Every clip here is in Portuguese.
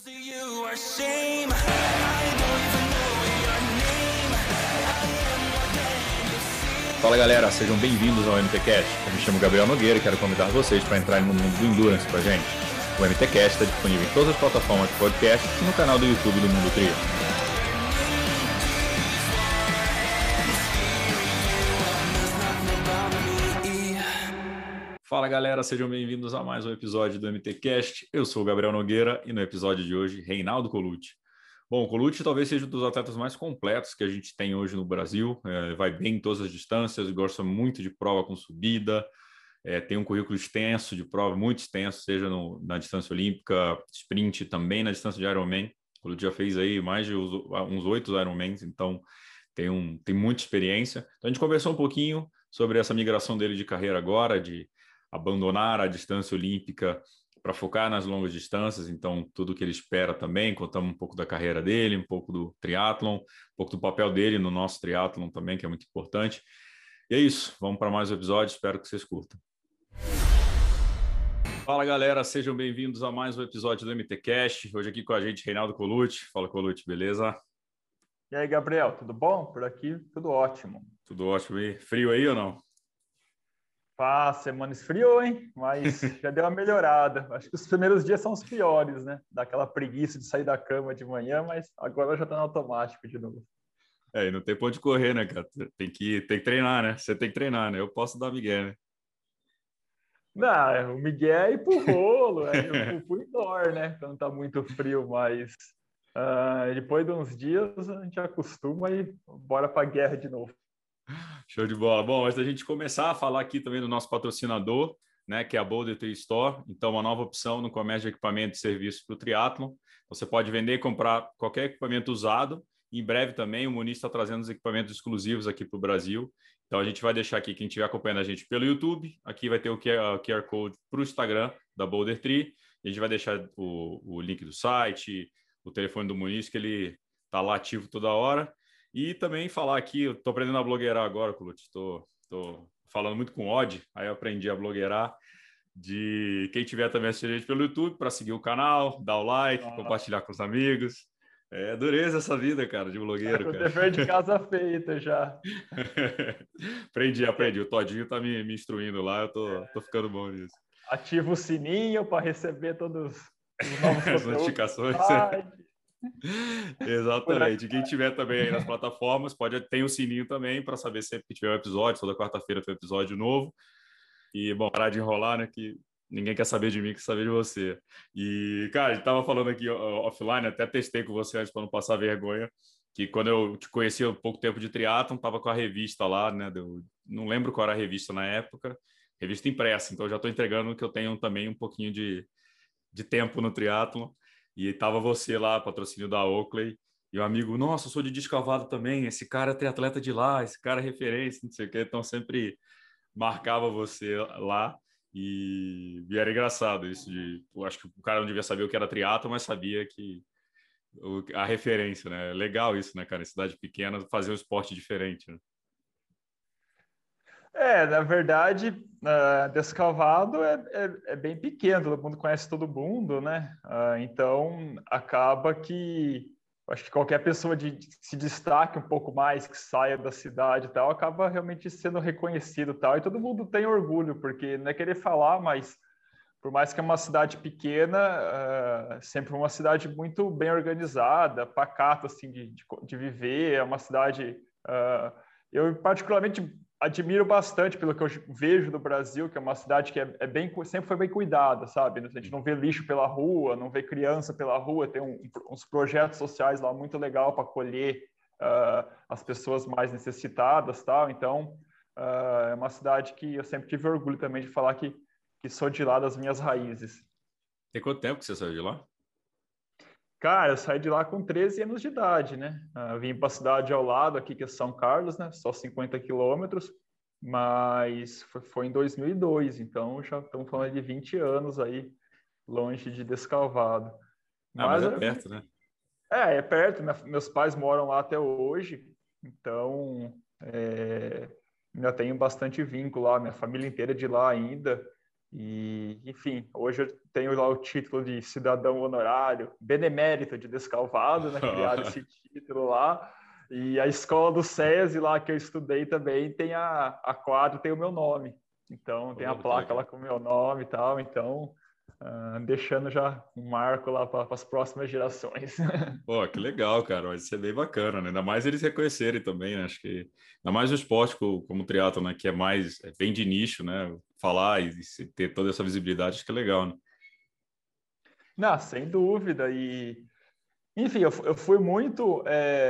Fala galera, sejam bem-vindos ao MTCast. Eu me chamo Gabriel Nogueira e quero convidar vocês para entrar no mundo do Endurance com a gente. O MTCast está disponível em todas as plataformas de podcast e no canal do YouTube do Mundo Trio. Fala galera, sejam bem-vindos a mais um episódio do MTCast. Eu sou o Gabriel Nogueira e no episódio de hoje, Reinaldo Colucci. Bom, o Colucci talvez seja um dos atletas mais completos que a gente tem hoje no Brasil. Vai bem em todas as distâncias, gosta muito de prova com subida, tem um currículo extenso de prova, muito extenso, seja na distância olímpica, sprint, também na distância de Ironman. O Colucci já fez aí mais de uns 8 Ironmans, então tem muita experiência. Então a gente conversou um pouquinho sobre essa migração dele de carreira agora, de abandonar a distância olímpica para focar nas longas distâncias, então tudo que ele espera também, contamos um pouco da carreira dele, um pouco do triatlon, um pouco do papel dele no nosso triatlon também, que é muito importante. E é isso, vamos para mais um episódio, espero que vocês curtam. Fala galera, sejam bem-vindos a mais um episódio do MTCast, hoje aqui com a gente Reinaldo Colucci. Fala Colucci, beleza? E aí Gabriel, tudo bom? Por aqui tudo ótimo. Tudo ótimo, e frio aí ou não? Semana esfriou, hein? Mas já deu uma melhorada. Acho que os primeiros dias são os piores, né? Dá aquela preguiça de sair da cama de manhã, mas agora já tá no automático de novo. E não tem pra onde correr, né, cara? Tem que treinar, né? Você tem que treinar, né? Eu posso dar migué, né? Não, o migué é ir pro rolo, eu pro indoor, né? Quando tá muito frio, mas depois de uns dias a gente acostuma e bora pra guerra de novo. Show de bola. Bom, antes da gente começar a falar aqui também do nosso patrocinador, né, que é a Boulder Tree Store. Então, uma nova opção no comércio de equipamento e serviços para o triatlon. Você pode vender e comprar qualquer equipamento usado. Em breve também o Muniz está trazendo os equipamentos exclusivos aqui para o Brasil. Então, a gente vai deixar aqui, quem estiver acompanhando a gente pelo YouTube, aqui vai ter o QR Code para o Instagram da Boulder Tree. E a gente vai deixar o link do site, o telefone do Muniz, que ele está lá ativo toda hora. E também falar aqui, eu estou aprendendo a blogueirar agora, Colucci, estou falando muito com o Odd, aí eu aprendi a blogueirar, de quem tiver também assistindo a gente pelo YouTube, para seguir o canal, dar o like, compartilhar com os amigos. É dureza essa vida, cara, de blogueiro. O dever de casa feita já. Aprendi. O Todinho tá me instruindo lá, eu tô ficando bom nisso. Ativa o sininho para receber todos os novos as notificações. Exatamente. Quem tiver também aí nas plataformas, tem o sininho também para saber sempre que tiver um episódio. Toda quarta-feira tem um episódio novo. E, bom, parar de enrolar, né? Que ninguém quer saber de mim, quer saber de você. E, cara, a gente tava falando aqui offline, até testei com você antes para não passar vergonha, que quando eu te conheci há pouco tempo de triatlon, tava com a revista lá, né? Não lembro qual era a revista na época, revista impressa. Então, já estou entregando que eu tenho também um pouquinho de tempo no triatlon. E tava você lá, patrocínio da Oakley, e o amigo, nossa, eu sou de Descalvado também, esse cara é triatleta de lá, esse cara é referência, não sei o quê, então sempre marcava você lá, e era engraçado isso, eu acho que o cara não devia saber o que era triatlo, mas sabia que a referência, né? Legal isso, né, cara, em cidade pequena, fazer um esporte diferente, né? Na verdade, Descalvado é bem pequeno, todo mundo conhece todo mundo, né? Então, acaba que acho que qualquer pessoa que se destaque um pouco mais, que saia da cidade e tal, acaba realmente sendo reconhecido e tal, e todo mundo tem orgulho, porque não é querer falar, mas por mais que é uma cidade pequena, sempre uma cidade muito bem organizada, pacata, assim, de viver, é uma cidade... eu particularmente admiro bastante pelo que eu vejo do Brasil, que é uma cidade que sempre foi bem cuidada, sabe? A gente não vê lixo pela rua, não vê criança pela rua, tem uns projetos sociais lá muito legal para acolher as pessoas mais necessitadas, tal. Então, é uma cidade que eu sempre tive orgulho também de falar que sou de lá, das minhas raízes. Tem quanto tempo que você saiu de lá? Cara, eu saí de lá com 13 anos de idade, né? Vim para a cidade ao lado aqui, que é São Carlos, né? Só 50 quilômetros, mas foi em 2002, então já estamos falando de 20 anos aí, longe de Descalvado. Mas é perto, né? É perto, meus pais moram lá até hoje, então ainda tenho bastante vínculo lá, minha família inteira é de lá ainda, E, enfim, hoje eu tenho lá o título de cidadão honorário, benemérito de Descalvado, né? Criaram esse título lá. E a escola do SESI lá que eu estudei também tem a quadra, tem o meu nome. Então, tem a placa lá com o meu nome e tal. Então, deixando já um marco lá para as próximas gerações. Pô, que legal, cara. Vai ser bem bacana, né? Ainda mais eles reconhecerem também, né? Acho que ainda mais o esporte como o triatlo, né? Que é bem de nicho, né? Falar e ter toda essa visibilidade, acho que é legal, né? Não, sem dúvida. E, enfim, eu fui muito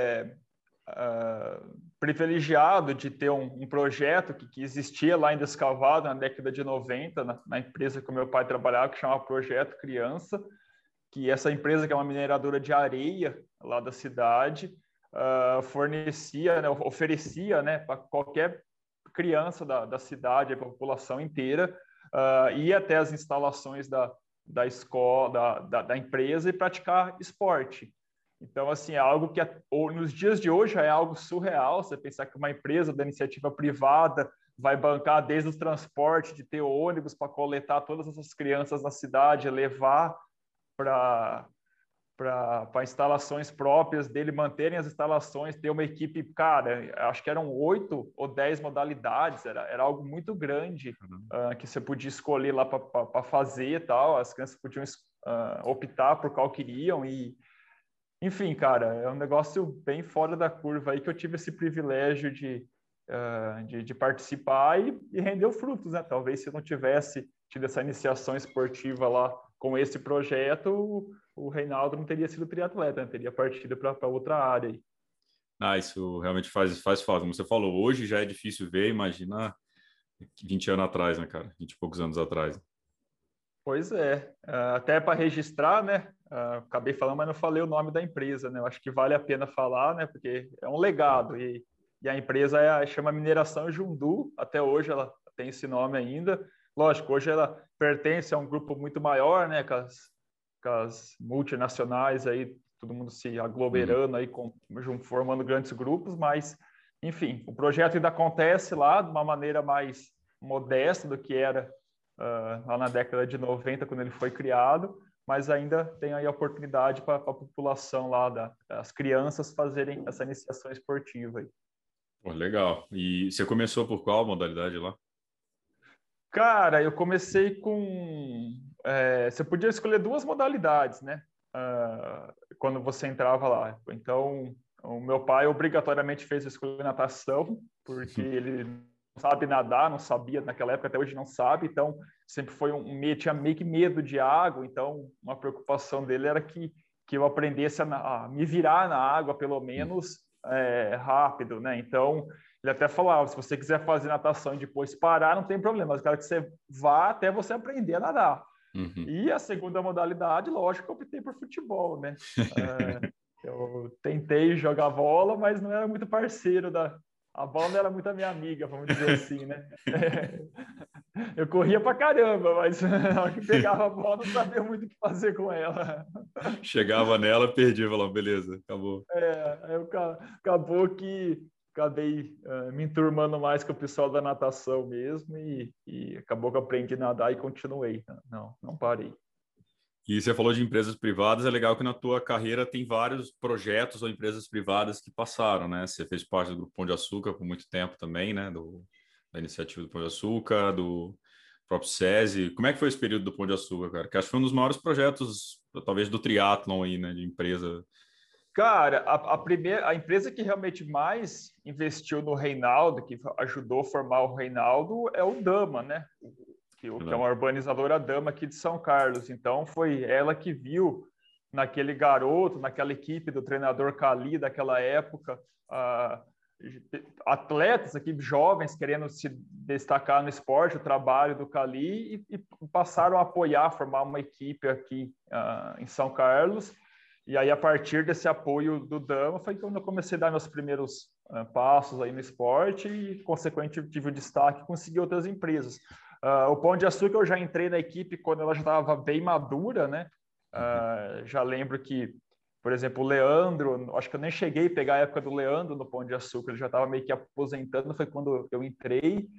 privilegiado de ter um projeto que existia lá em Descalvado na década de 90, na empresa que o meu pai trabalhava, que chamava Projeto Criança, que essa empresa, que é uma mineradora de areia lá da cidade, fornecia, né, oferecia, né, para qualquer criança da cidade, a população inteira, ir até as instalações da escola, da empresa e praticar esporte. Então, assim, é algo que nos dias de hoje é algo surreal, você pensar que uma empresa da iniciativa privada vai bancar desde os transportes, de ter ônibus para coletar todas essas crianças na cidade, levar para instalações próprias dele, manterem as instalações, ter uma equipe, cara, acho que eram 8 ou 10 modalidades, era algo muito grande que você podia escolher lá para fazer e tal, as crianças podiam optar por qual queriam e, enfim, cara, é um negócio bem fora da curva aí que eu tive esse privilégio de participar e rendeu frutos, né? Talvez se eu não tivesse tido essa iniciação esportiva lá com esse projeto, o Reinaldo não teria sido triatleta, né? Teria partido para outra área aí. Ah, isso realmente faz falta. Como você falou, hoje já é difícil ver, imagina 20 anos atrás, né, cara? 20 e poucos anos atrás. Pois é, até para registrar, né? Acabei falando, mas não falei o nome da empresa, né? Eu acho que vale a pena falar, né? Porque é um legado e a empresa chama Mineração Jundu. Até hoje ela tem esse nome ainda. Lógico, hoje ela pertence a um grupo muito maior, né? Com as multinacionais aí, todo mundo se Uhum. aglomerando aí, formando grandes grupos, mas enfim, o projeto ainda acontece lá de uma maneira mais modesta do que era lá na década de 90, quando ele foi criado, mas ainda tem aí a oportunidade para a população lá, das crianças, fazerem essa iniciação esportiva aí. Pô, legal. E você começou por qual modalidade lá? Cara, eu comecei com... você podia escolher duas modalidades, né? Quando você entrava lá. Então, o meu pai obrigatoriamente fez eu escolher natação, porque ele não sabe nadar, não sabia naquela época, até hoje não sabe, então sempre foi tinha meio que medo de água, então uma preocupação dele era que eu aprendesse a me virar na água, pelo menos rápido, né? Então, ele até falava, se você quiser fazer natação e depois parar, não tem problema, mas eu quero que você vá até você aprender a nadar. Uhum. E a segunda modalidade, lógico, eu optei por futebol, né? Eu tentei jogar bola, mas não era muito parceiro a bola não era muito a minha amiga, vamos dizer assim, né? Eu corria pra caramba, mas na hora que pegava a bola, não sabia muito o que fazer com ela. Chegava nela, perdi, falava, beleza, acabou. Acabou que acabei me enturmando mais com o pessoal da natação mesmo e acabou que eu aprendi a nadar e continuei. Não parei. E você falou de empresas privadas, é legal que na tua carreira tem vários projetos ou empresas privadas que passaram, né? Você fez parte do Grupo Pão de Açúcar por muito tempo também, né? Da iniciativa do Pão de Açúcar, do próprio SESI. Como é que foi esse período do Pão de Açúcar, cara? Que acho que foi um dos maiores projetos, talvez, do triatlon aí, né? De empresa. Cara, a empresa que realmente mais investiu no Reinaldo, que ajudou a formar o Reinaldo, é o Dama, né? Que é uma urbanizadora Dama aqui de São Carlos. Então, foi ela que viu naquele garoto, naquela equipe do treinador Cali daquela época, atletas aqui, jovens, querendo se destacar no esporte, o trabalho do Cali, e passaram a apoiar, formar uma equipe aqui em São Carlos. E aí, a partir desse apoio do Dama, foi quando eu comecei a dar meus primeiros passos aí no esporte e, consequentemente, tive o destaque e consegui outras empresas. O Pão de Açúcar eu já entrei na equipe quando ela já estava bem madura, né? Já lembro que, por exemplo, o Leandro, acho que eu nem cheguei a pegar a época do Leandro no Pão de Açúcar, ele já estava meio que aposentando, foi quando eu entrei.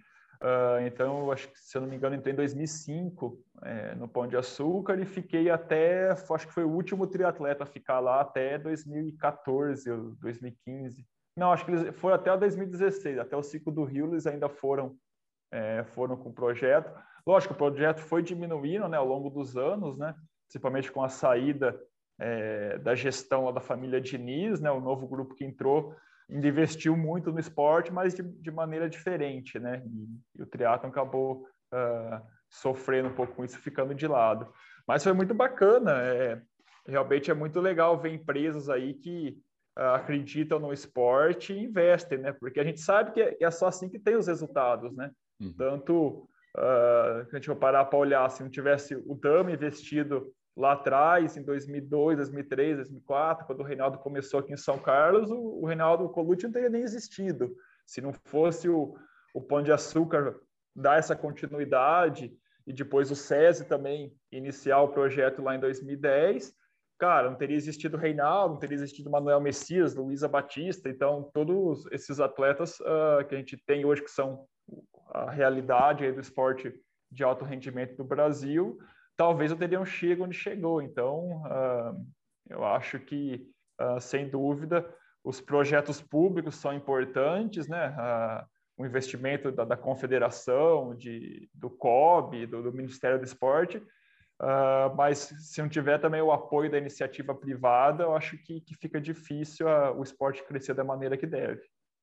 Então, acho que, se eu não me engano, entrei em 2005 no Pão de Açúcar e fiquei até, acho que foi o último triatleta a ficar lá até 2014 ou 2015. Não, acho que eles foram até 2016, até o ciclo do Rio eles ainda foram com o projeto. Lógico, o projeto foi diminuindo, né, ao longo dos anos, né, principalmente com a saída da gestão lá da família Diniz, né, o novo grupo que entrou, investiu muito no esporte, mas de maneira diferente, né? E o triatlon acabou sofrendo um pouco com isso, ficando de lado. Mas foi muito bacana. Realmente é muito legal ver empresas aí que acreditam no esporte e investem, né? Porque a gente sabe que é só assim que tem os resultados, né? Uhum. Tanto se a gente for parar para olhar, se não tivesse o Dama investido lá atrás, em 2002, 2003, 2004, quando o Reinaldo começou aqui em São Carlos, o Reinaldo Colucci não teria nem existido. Se não fosse o Pão de Açúcar dar essa continuidade e depois o SESI também iniciar o projeto lá em 2010, cara, não teria existido o Reinaldo, não teria existido Manuel Messias, Luísa Batista. Então, todos esses atletas que a gente tem hoje, que são a realidade aí do esporte de alto rendimento do Brasil, talvez eu teria chegado onde chegou. Então, eu acho que, sem dúvida, os projetos públicos são importantes, né? O investimento da confederação, do COB, do Ministério do Esporte, mas se não tiver também o apoio da iniciativa privada, eu acho que fica difícil o esporte crescer da maneira que deve.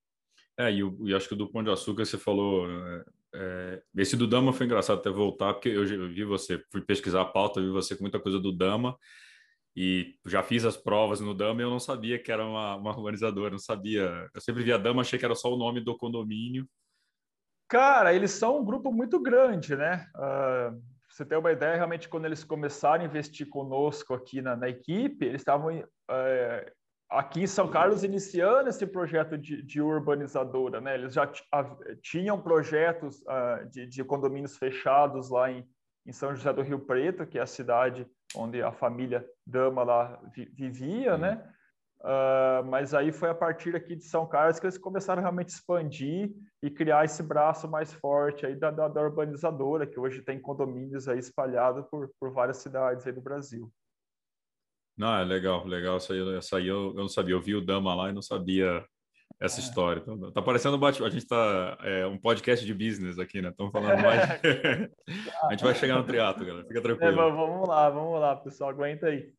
E acho que o do Pão de Açúcar você falou. Esse do Dama foi engraçado até voltar, porque eu vi você, fui pesquisar a pauta, vi você com muita coisa do Dama, e já fiz as provas no Dama e eu não sabia que era uma urbanizadora, não sabia. Eu sempre via Dama, achei que era só o nome do condomínio. Cara, eles são um grupo muito grande, né? Pra você ter uma ideia, realmente, quando eles começaram a investir conosco aqui na equipe, eles estavam aqui em São Carlos iniciando esse projeto de urbanizadora, né? Eles já tinham projetos de condomínios fechados lá em São José do Rio Preto, que é a cidade onde a família Dama lá vivia, né? Mas aí foi a partir aqui de São Carlos que eles começaram realmente a expandir e criar esse braço mais forte aí da urbanizadora, que hoje tem condomínios aí espalhados por várias cidades aí do Brasil. Não, é legal. Essa aí eu não sabia. Eu vi o Dama lá e não sabia essa história. Então, tá parecendo a gente tá um podcast de business aqui, né? Estamos falando mais. A gente vai chegar no triatlo, galera. Fica tranquilo. Vamos lá, pessoal, aguenta aí.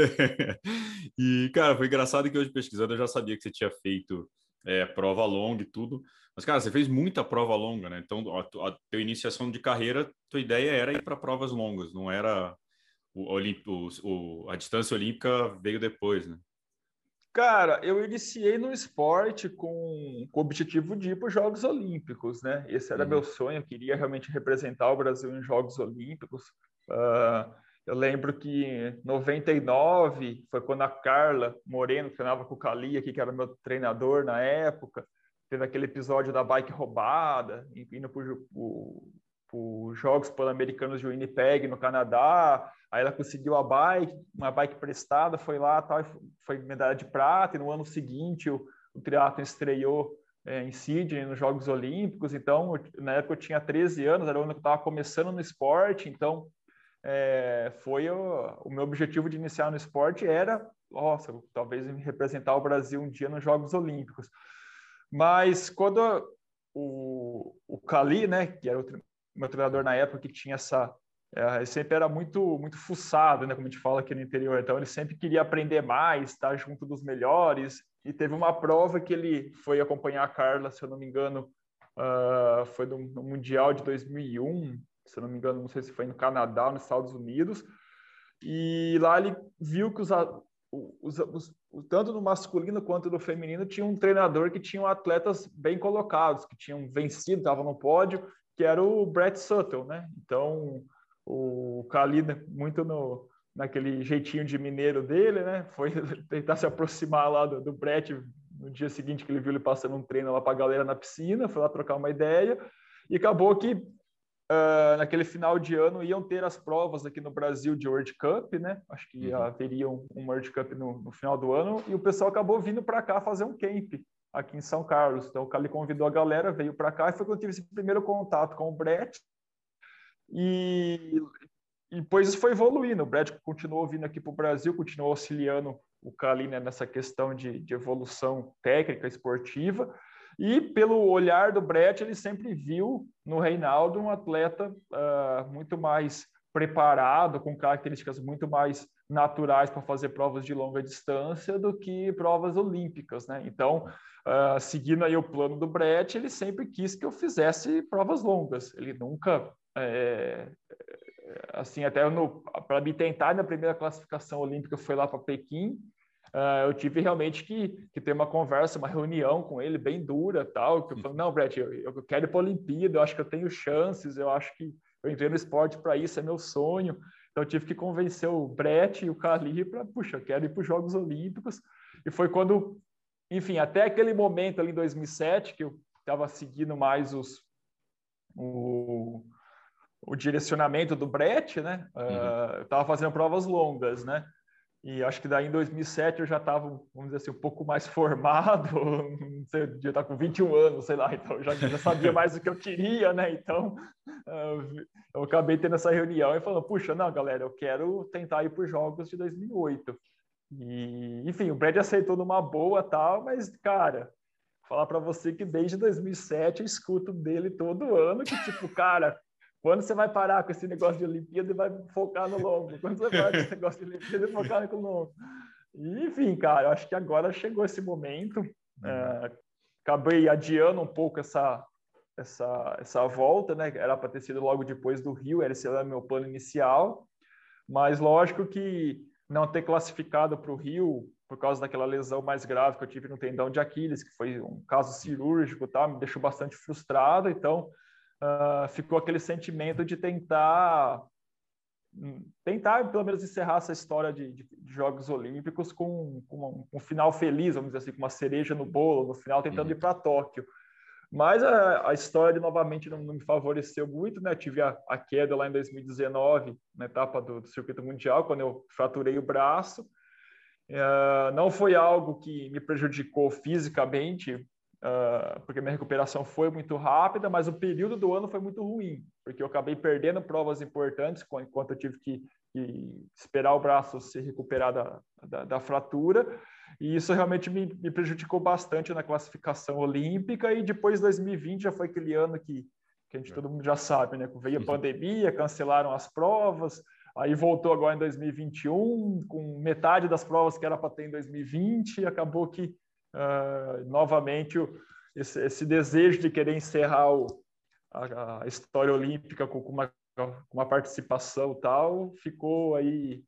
E, cara, foi engraçado que hoje pesquisando eu já sabia que você tinha feito prova longa e tudo. Mas, cara, você fez muita prova longa, né? Então, a tua iniciação de carreira, tua ideia era ir para provas longas, não era a distância olímpica veio depois, né? Cara, eu iniciei no esporte com o objetivo de ir para os Jogos Olímpicos, né? Esse era meu sonho, eu queria realmente representar o Brasil em Jogos Olímpicos. Eu lembro que em 99 foi quando a Carla Moreno treinava com o Cali aqui, que era meu treinador na época. Teve aquele episódio da bike roubada, indo para os Jogos Pan-Americanos de Winnipeg, no Canadá. Aí ela conseguiu uma bike prestada, foi lá, tal, foi medalha de prata. E no ano seguinte o triatlon estreou em Sydney, nos Jogos Olímpicos. Então, na época eu tinha 13 anos, era o ano que eu estava começando no esporte. Então, foi o meu objetivo de iniciar no esporte era, talvez representar o Brasil um dia nos Jogos Olímpicos. Mas quando o Cali, né, que era o meu treinador na época, que tinha ele sempre era muito muito fuçado, né, como a gente fala aqui no interior. Então ele sempre queria aprender mais, estar junto dos melhores. E teve uma prova que ele foi acompanhar a Carla, se eu não me engano, foi no Mundial de 2001, se eu não me engano, não sei se foi no Canadá ou nos Estados Unidos. E lá ele viu que tanto no masculino quanto no feminino tinha um treinador que tinha atletas bem colocados, que tinham vencido, estavam no pódio, que era o Brett Sutton, né? Então, o Cali, muito naquele jeitinho de mineiro dele, né? Foi tentar se aproximar lá do Brett no dia seguinte que ele viu ele passando um treino lá para a galera na piscina, foi lá trocar uma ideia, e acabou que naquele final de ano iam ter as provas aqui no Brasil de World Cup, né? Acho que haveria um World Cup no final do ano, e o pessoal acabou vindo para cá fazer um camp aqui em São Carlos. Então, o Cali convidou a galera, veio para cá, e foi quando eu tive esse primeiro contato com o Brett. E depois isso foi evoluindo. O Brett continuou vindo aqui para o Brasil, continuou auxiliando o Cali, né, nessa questão de evolução técnica, esportiva. E pelo olhar do Brett, ele sempre viu no Reinaldo um atleta muito mais preparado, com características muito mais naturais para fazer provas de longa distância do que provas olímpicas, né? Então, seguindo aí o plano do Brett, ele sempre quis que eu fizesse provas longas. Ele nunca, assim, até para me tentar na primeira classificação olímpica, foi lá para Pequim. Eu tive realmente que ter uma conversa, uma reunião com ele bem dura, tal, que eu falei, não, Brett, eu quero ir para a Olimpíada, eu acho que eu tenho chances, eu acho que eu entrei no esporte para isso, é meu sonho. Então, eu tive que convencer o Brett e o Cali para, puxa, eu quero ir para os Jogos Olímpicos. E foi quando, enfim, até aquele momento ali em 2007, que eu estava seguindo mais o direcionamento do Brett, né? Eu estava fazendo provas longas, né? E acho que daí em 2007 eu já estava, vamos dizer assim, um pouco mais formado, não sei, eu já estava com 21 anos, sei lá, então já sabia mais o que eu queria, né? Então eu acabei tendo essa reunião e falando, puxa, não, galera, eu quero tentar ir para os Jogos de 2008. E, enfim, o Brad aceitou numa boa, tal, mas, cara, falar para você que desde 2007 eu escuto dele todo ano, que tipo, cara, quando você vai parar com esse negócio de Olimpíada e vai focar no longo? Quando você vai parar com esse negócio de Olimpíada e focar no longo? E, enfim, cara, eu acho que agora chegou esse momento. Acabei adiando um pouco essa volta, né? Era para ter sido logo depois do Rio, esse era meu plano inicial. Mas lógico que não ter classificado para o Rio por causa daquela lesão mais grave que eu tive no tendão de Aquiles, que foi um caso cirúrgico, tá? Me deixou bastante frustrado. Então, ficou aquele sentimento de tentar pelo menos encerrar essa história de Jogos Olímpicos com um final feliz, vamos dizer assim, com uma cereja no bolo, no final tentando ir para Tóquio. Mas a história novamente não me favoreceu muito, né? Eu tive a queda lá em 2019, na etapa do circuito mundial, quando eu fraturei o braço. Não foi algo que me prejudicou fisicamente, porque minha recuperação foi muito rápida, mas o período do ano foi muito ruim, porque eu acabei perdendo provas importantes enquanto eu tive que esperar o braço se recuperar da fratura, e isso realmente me prejudicou bastante na classificação olímpica. E depois 2020 já foi aquele ano que todo mundo já sabe, né? Veio a pandemia, cancelaram as provas, aí voltou agora em 2021, com metade das provas que era para ter em 2020, e acabou que novamente esse desejo de querer encerrar a história olímpica com uma participação tal ficou aí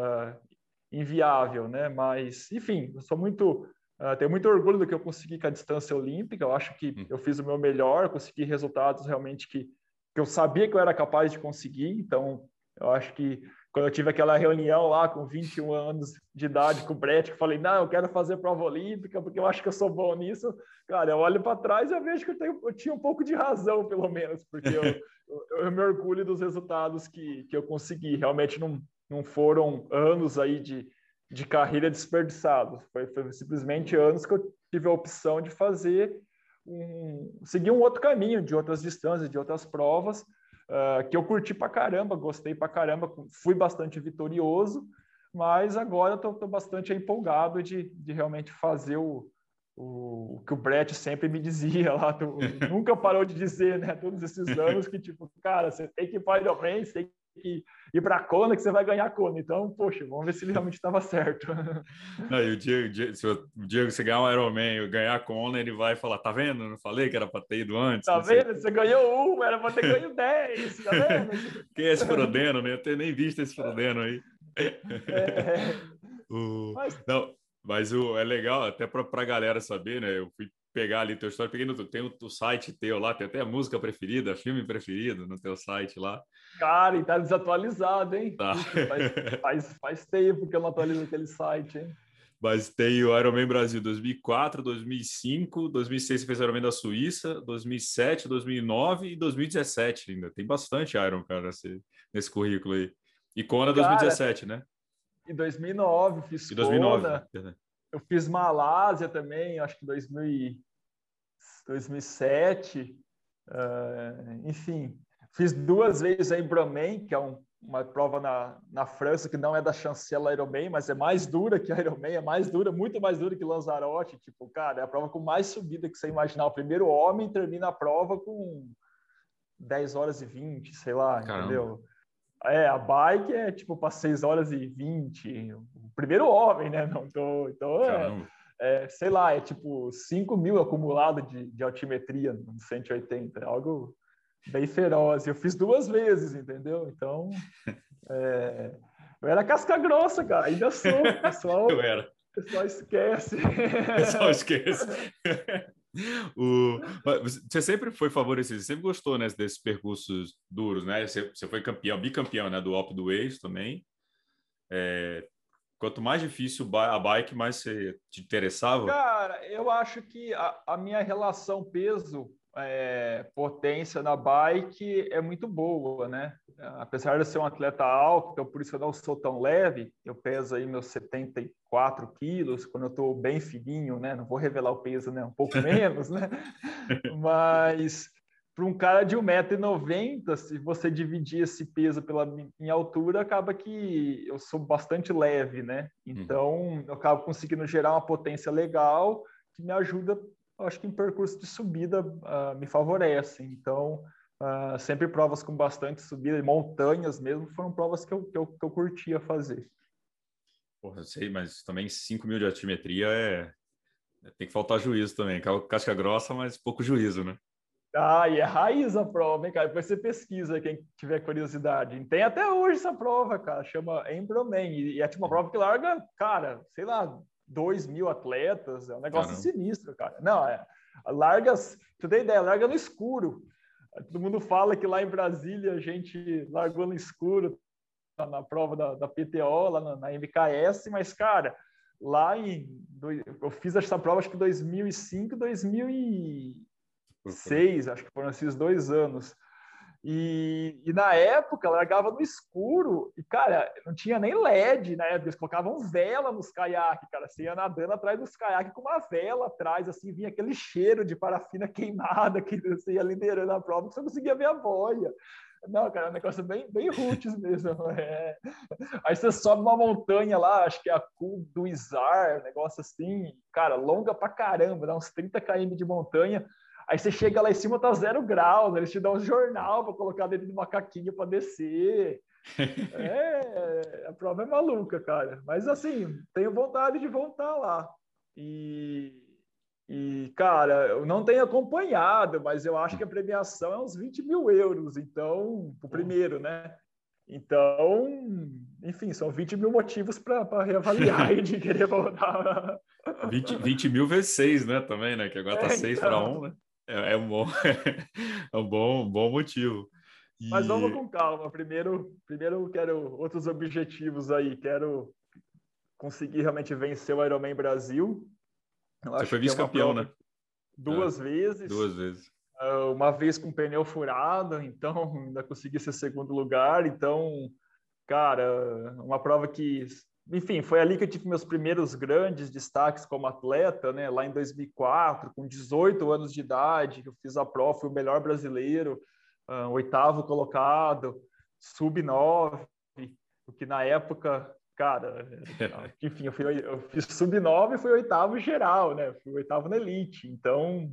inviável, né? Mas, enfim, eu sou tenho muito orgulho do que eu consegui com a distância olímpica. Eu acho que eu fiz o meu melhor, consegui resultados realmente que eu sabia que eu era capaz de conseguir. Então, eu acho que quando eu tive aquela reunião lá com 21 anos de idade com o Brett, que eu falei, não, eu quero fazer prova olímpica porque eu acho que eu sou bom nisso. Cara, eu olho para trás e eu vejo que eu tinha um pouco de razão, pelo menos, porque eu me orgulho dos resultados que eu consegui. Realmente não foram anos aí de carreira desperdiçados. Foi simplesmente anos que eu tive a opção de seguir um outro caminho, de outras distâncias, de outras provas, que eu curti pra caramba, gostei pra caramba, fui bastante vitorioso, mas agora eu tô bastante empolgado de realmente fazer o que o Brett sempre me dizia lá, nunca parou de dizer, né, todos esses anos, que tipo, cara, você tem que ir para Ironman, você tem que ir para a Kona, que você vai ganhar a Kona. Então, poxa, vamos ver se ele realmente estava certo. Não, e se o Diego se ganhar um Ironman e ganhar a Kona, ele vai falar, tá vendo? Não falei que era para ter ido antes? Tá vendo? Você ganhou um, era para ter ganho 10, tá vendo? Quem é esse Frodeno, né? Eu tenho nem visto esse Frodeno aí. Não, mas é legal, até para a galera saber, né? Eu fui pegar ali teu história, tem o site teu lá, tem até a música preferida, filme preferido no teu site lá. Cara, e tá desatualizado, hein? Tá. Puxa, faz tempo que eu não atualizo aquele site, hein? Mas tem o Ironman Brasil 2004, 2005, 2006 você fez o Ironman da Suíça, 2007, 2009 e 2017 ainda. Tem bastante Iron, cara, nesse currículo aí. E Kona 2017, né? Em 2009 fiz Em 2009, Kona. eu fiz Malásia também, acho que 2007. Enfim, fiz 2 vezes a Ironman, que é uma prova na França, que não é da chancela Ironman, mas é mais dura que a Ironman, é mais dura, muito mais dura que Lanzarote. Tipo, cara, é a prova com mais subida que você imaginar. O primeiro homem termina a prova com 10 horas e 20, sei lá, Caramba. entendeu? A bike é tipo para 6 horas e 20. O primeiro homem, né? Não tô, então Caramba. sei lá, é tipo 5.000 acumulado de altimetria no 180. É algo bem feroz. Eu fiz 2 vezes, entendeu? Então, eu era casca grossa, cara. Ainda sou. Eu era. O pessoal esquece. O pessoal esquece. Você sempre foi favorecido, você sempre gostou, né, desses percursos duros, né? Você foi campeão, bicampeão, né, do Alpe d'Huez também. Quanto mais difícil a bike, mais você te interessava? Cara, eu acho que a minha relação peso potência na bike é muito boa, né? Apesar de eu ser um atleta alto, então por isso eu não sou tão leve, eu peso aí meus 74 quilos, quando eu estou bem fininho, né? Não vou revelar o peso, né? Um pouco menos, né? Mas para um cara de 1,90 m, se você dividir esse peso pela minha altura, acaba que eu sou bastante leve, né? Então, eu acabo conseguindo gerar uma potência legal que me ajuda, acho que em percurso de subida me favorece. Então, sempre provas com bastante subida, montanhas mesmo, foram provas que eu curtia fazer. Porra, eu sei, mas também 5.000 de altimetria tem que faltar juízo também. Casca grossa, mas pouco juízo, né? E é raiz a prova, hein, cara? Depois você pesquisa, quem tiver curiosidade. Tem até hoje essa prova, cara. Chama Embromen. E é tipo uma prova que larga, cara, sei lá, 2.000 atletas. É um negócio Caramba. sinistro, cara. Não, larga, tu tem ideia, larga no escuro. Todo mundo fala que lá em Brasília a gente largou no escuro na prova da PTO, lá na MKS, mas, cara, eu fiz essa prova acho que 2005, 2006, acho que foram esses 2 anos. E na época largava no escuro e, cara, não tinha nem LED na época, eles colocavam vela nos caiaques, cara, você ia nadando atrás dos caiaques com uma vela atrás, assim, vinha aquele cheiro de parafina queimada que você ia liderando a prova, que você não conseguia ver a boia. Não, cara, é um negócio bem roots mesmo. Aí você sobe uma montanha lá, acho que é a Col do Izar, negócio assim, cara, longa pra caramba, dá uns 30 km de montanha. Aí você chega lá em cima, tá 0 graus, eles te dão um jornal para colocar dentro de uma caquinha para descer. A prova é maluca, cara. Mas assim, tenho vontade de voltar lá. Cara, eu não tenho acompanhado, mas eu acho que a premiação é uns 20.000 euros, então, o primeiro, né? Então, enfim, são 20.000 motivos para reavaliar e de querer voltar. 20.000 vezes 6, né? Também, né? Que agora tá 6 para 1, Então. né? É um bom, é um bom motivo. Mas vamos E com calma. Primeiro eu quero outros objetivos aí. Quero conseguir realmente vencer o Ironman Brasil. Eu você acho foi que é uma vice-campeão, prova né? 2 vezes. 2 vezes. Uma vez com pneu furado, então ainda consegui ser segundo lugar. Então, cara, uma prova que, enfim, foi ali que eu tive meus primeiros grandes destaques como atleta, né? Lá em 2004, com 18 anos de idade, eu fiz a prova, fui o melhor brasileiro, 8º colocado, sub-9, o que na época, cara, enfim, eu fiz sub-9 e fui 8º geral, né? Fui 8º na elite, então,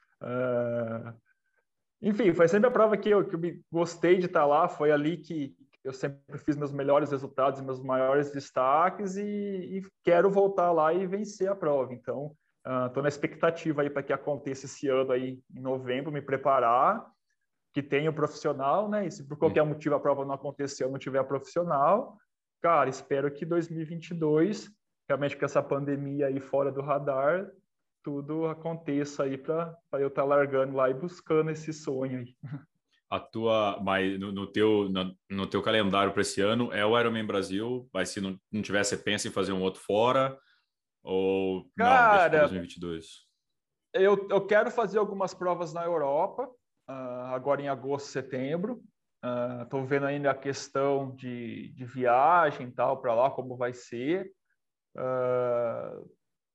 enfim, foi sempre a prova que eu gostei de estar lá, foi ali que eu sempre fiz meus melhores resultados, meus maiores destaques e quero voltar lá e vencer a prova. Então, estou na expectativa aí para que aconteça esse ano aí em novembro, me preparar, que tenha o profissional, né? E se por qualquer motivo a prova não aconteceu, não tiver profissional, cara, espero que 2022, realmente com essa pandemia aí fora do radar, tudo aconteça aí para eu estar largando lá e buscando esse sonho aí. Mas no teu calendário para esse ano é o Ironman Brasil, mas se não tiver, você pensa em fazer um outro fora ou não, deixa para Cara, 2022? eu quero fazer algumas provas na Europa, agora em agosto, setembro. Estou vendo ainda a questão de viagem e tal para lá, como vai ser.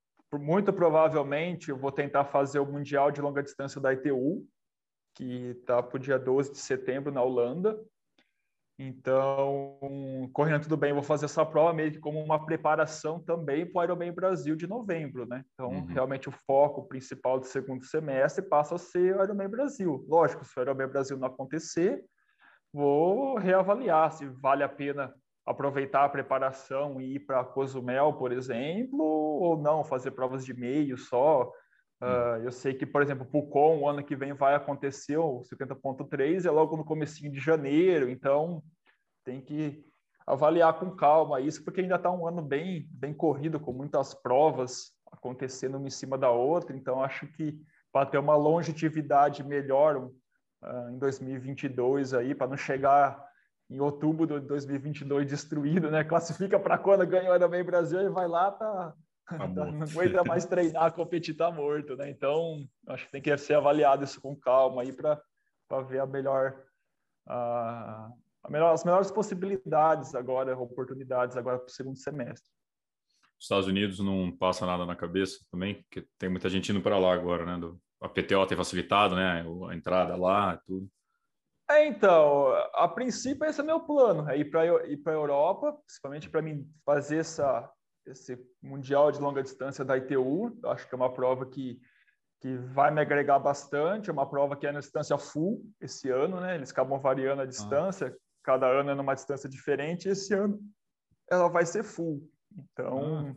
muito provavelmente eu vou tentar fazer o Mundial de Longa Distância da ITU, que está para o dia 12 de setembro na Holanda. Então, correndo tudo bem, eu vou fazer essa prova meio que como uma preparação também para o Ironman Brasil de novembro, né? Então, realmente o foco principal do segundo semestre passa a ser o Ironman Brasil. Lógico, se o Ironman Brasil não acontecer, vou reavaliar se vale a pena aproveitar a preparação e ir para Cozumel, por exemplo, ou não, fazer provas de meio só. Eu sei que, por exemplo, o Pucon, o ano que vem vai acontecer o 50.3, é logo no comecinho de janeiro, então tem que avaliar com calma isso, porque ainda está um ano bem corrido, com muitas provas acontecendo uma em cima da outra, então acho que para ter uma longevidade melhor em 2022 aí, para não chegar em outubro de 2022 destruído, né? Classifica para quando ganha o Ironman Brasil e vai lá, não aguenta mais treinar, competir, tá morto, né? Então, acho que tem que ser avaliado isso com calma aí para ver as melhores possibilidades agora, oportunidades agora para o segundo semestre. Os Estados Unidos não passa nada na cabeça também, porque tem muita gente indo para lá agora, né? A PTO tem facilitado, né? A entrada lá, tudo. Então, a princípio esse é meu plano, é ir para a Europa, principalmente para mim fazer esse Mundial de Longa Distância da ITU. Eu acho que é uma prova que vai me agregar bastante, é uma prova que é na distância full esse ano, né? Eles acabam variando a distância, cada ano é numa distância diferente, e esse ano ela vai ser full. Então,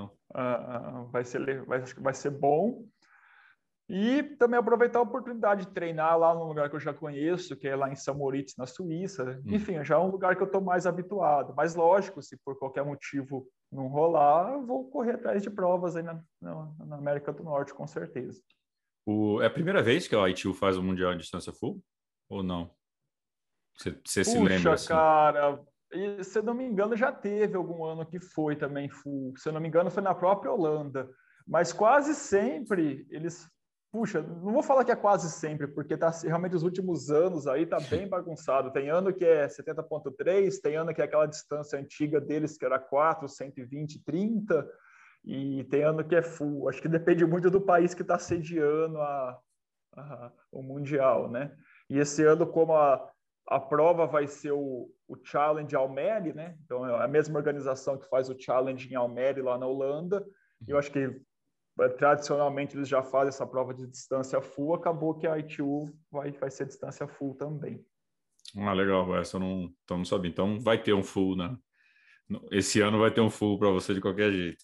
acho que vai ser bom. E também aproveitar a oportunidade de treinar lá num lugar que eu já conheço, que é lá em São Moritz, na Suíça. Enfim, já é um lugar que eu estou mais habituado. Mas, lógico, se por qualquer motivo não rolar, eu vou correr atrás de provas aí na América do Norte, com certeza. É a primeira vez que a ITU faz o Mundial de Distância Full? Ou não? Você se lembra? Assim? Cara, e, se eu não me engano, já teve algum ano que foi também full. Se eu não me engano, foi na própria Holanda. Mas quase sempre eles... Puxa, não vou falar que é quase sempre, porque realmente os últimos anos aí tá bem bagunçado. Tem ano que é 70.3, tem ano que é aquela distância antiga deles que era 4, 120, 30, e tem ano que é full. Acho que depende muito do país que está sediando o Mundial, né? E esse ano, como a prova vai ser o Challenge Almere, né? Então é a mesma organização que faz o Challenge em Almere lá na Holanda. Eu acho que tradicionalmente eles já fazem essa prova de distância full, acabou que a ITU vai ser distância full também. Legal, essa eu não sabia. Então vai ter um full, né? Esse ano vai ter um full para você de qualquer jeito.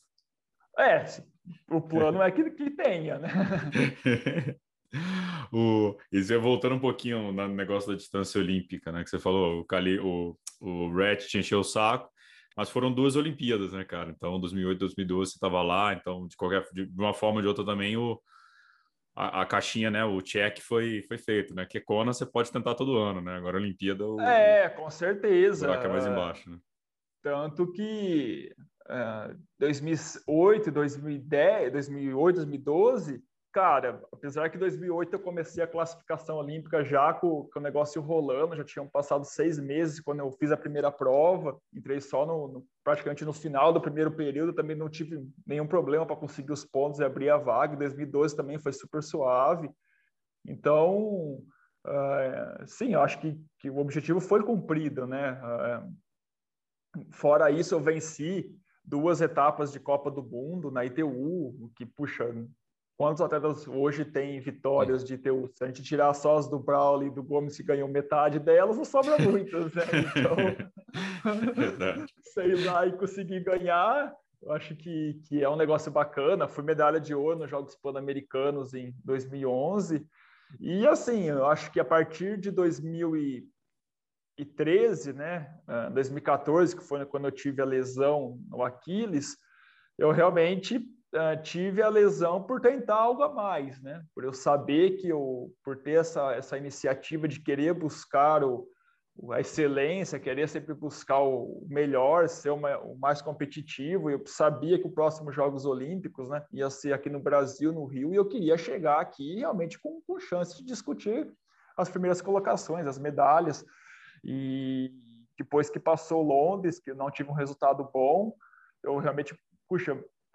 O plano é que tenha, né? E você voltando um pouquinho no negócio da distância olímpica, né? Que você falou, o Rhett te encheu o saco, mas foram 2 Olimpíadas, né, cara? Então, 2008, 2012 você estava lá, então de uma forma ou de outra também a caixinha, né? O check foi feito, né? Que Kona você pode tentar todo ano, né? Agora a Olimpíada com certeza. O buraco é mais embaixo, né? Tanto que 2008, 2010, 2008, 2012, cara, apesar que em 2008 eu comecei a classificação olímpica já com o negócio rolando, já tinham passado 6 meses quando eu fiz a primeira prova, entrei só praticamente no final do primeiro período, também não tive nenhum problema para conseguir os pontos e abrir a vaga. Em 2012 também foi super suave. Então, sim, eu acho que o objetivo foi cumprido, né? Fora isso, eu venci 2 etapas de Copa do Mundo na ITU, que, puxa, quantos atletas hoje têm vitórias de ITU? Se a gente tirar só as do Brauli e do Gomes, que ganhou metade delas, não sobra muitas, né? Então, sei lá, e conseguir ganhar, eu acho que é um negócio bacana. Fui medalha de ouro nos Jogos Pan-Americanos em 2011. E, assim, eu acho que a partir de 2013, né, 2014, que foi quando eu tive a lesão no Aquiles, eu realmente tive a lesão por tentar algo a mais, né? Por eu saber que por ter essa iniciativa de querer buscar a excelência, querer sempre buscar o melhor, ser o mais competitivo. Eu sabia que o próximo Jogos Olímpicos, né, ia ser aqui no Brasil, no Rio, e eu queria chegar aqui realmente com chance de discutir as primeiras colocações, as medalhas. E depois que passou Londres, que eu não tive um resultado bom, eu realmente, puxa,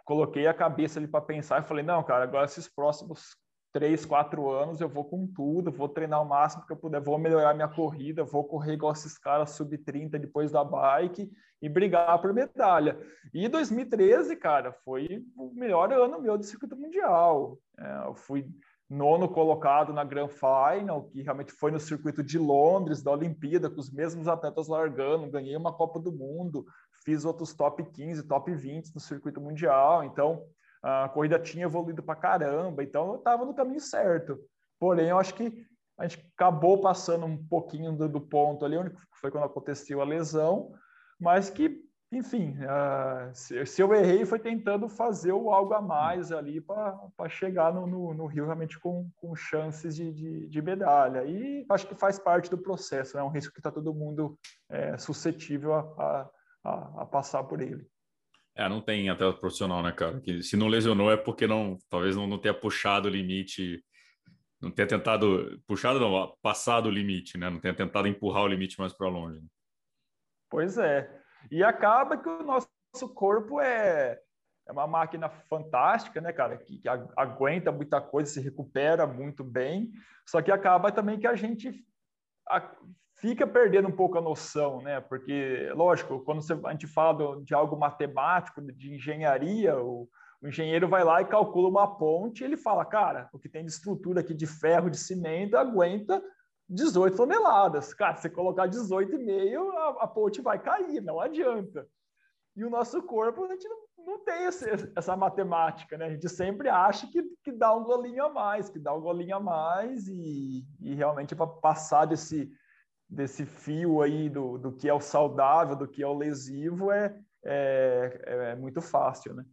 coloquei a cabeça ali para pensar e falei, não, cara, agora esses próximos 3, 4 anos eu vou com tudo, vou treinar o máximo que eu puder, vou melhorar minha corrida, vou correr igual esses caras sub-30 depois da bike e brigar por medalha. E 2013, cara, foi o melhor ano meu do circuito mundial. Eu fui nono colocado na Grand Final, que realmente foi no circuito de Londres, da Olimpíada, com os mesmos atletas largando, ganhei uma Copa do Mundo, fiz outros top 15, top 20 no circuito mundial, então a corrida tinha evoluído para caramba, então eu estava no caminho certo. Porém, eu acho que a gente acabou passando um pouquinho do ponto ali, onde foi quando aconteceu a lesão, mas que, enfim, se eu errei, foi tentando fazer o algo a mais ali para chegar no Rio realmente com chances de medalha. E acho que faz parte do processo, é um risco que está todo mundo suscetível a passar por ele. Não tem atleta profissional, né, cara? Que se não lesionou é porque talvez não tenha puxado o limite, não tenha tentado, puxado não, passado o limite, né? Não tenha tentado empurrar o limite mais para longe. Pois é. E acaba que o nosso corpo é uma máquina fantástica, né, cara? Que aguenta muita coisa, se recupera muito bem. Só que acaba também que a gente fica perdendo um pouco a noção, né? Porque, lógico, quando a gente fala de algo matemático, de engenharia, o engenheiro vai lá e calcula uma ponte e ele fala, cara, o que tem de estrutura aqui de ferro, de cimento, aguenta 18 toneladas. Cara, se você colocar 18,5, a ponte vai cair, não adianta. E o nosso corpo, a gente não tem essa matemática, né? A gente sempre acha que dá um golinho a mais, que dá um golinho a mais e realmente para passar desse fio aí do que é o saudável, do que é o lesivo, é muito fácil, né?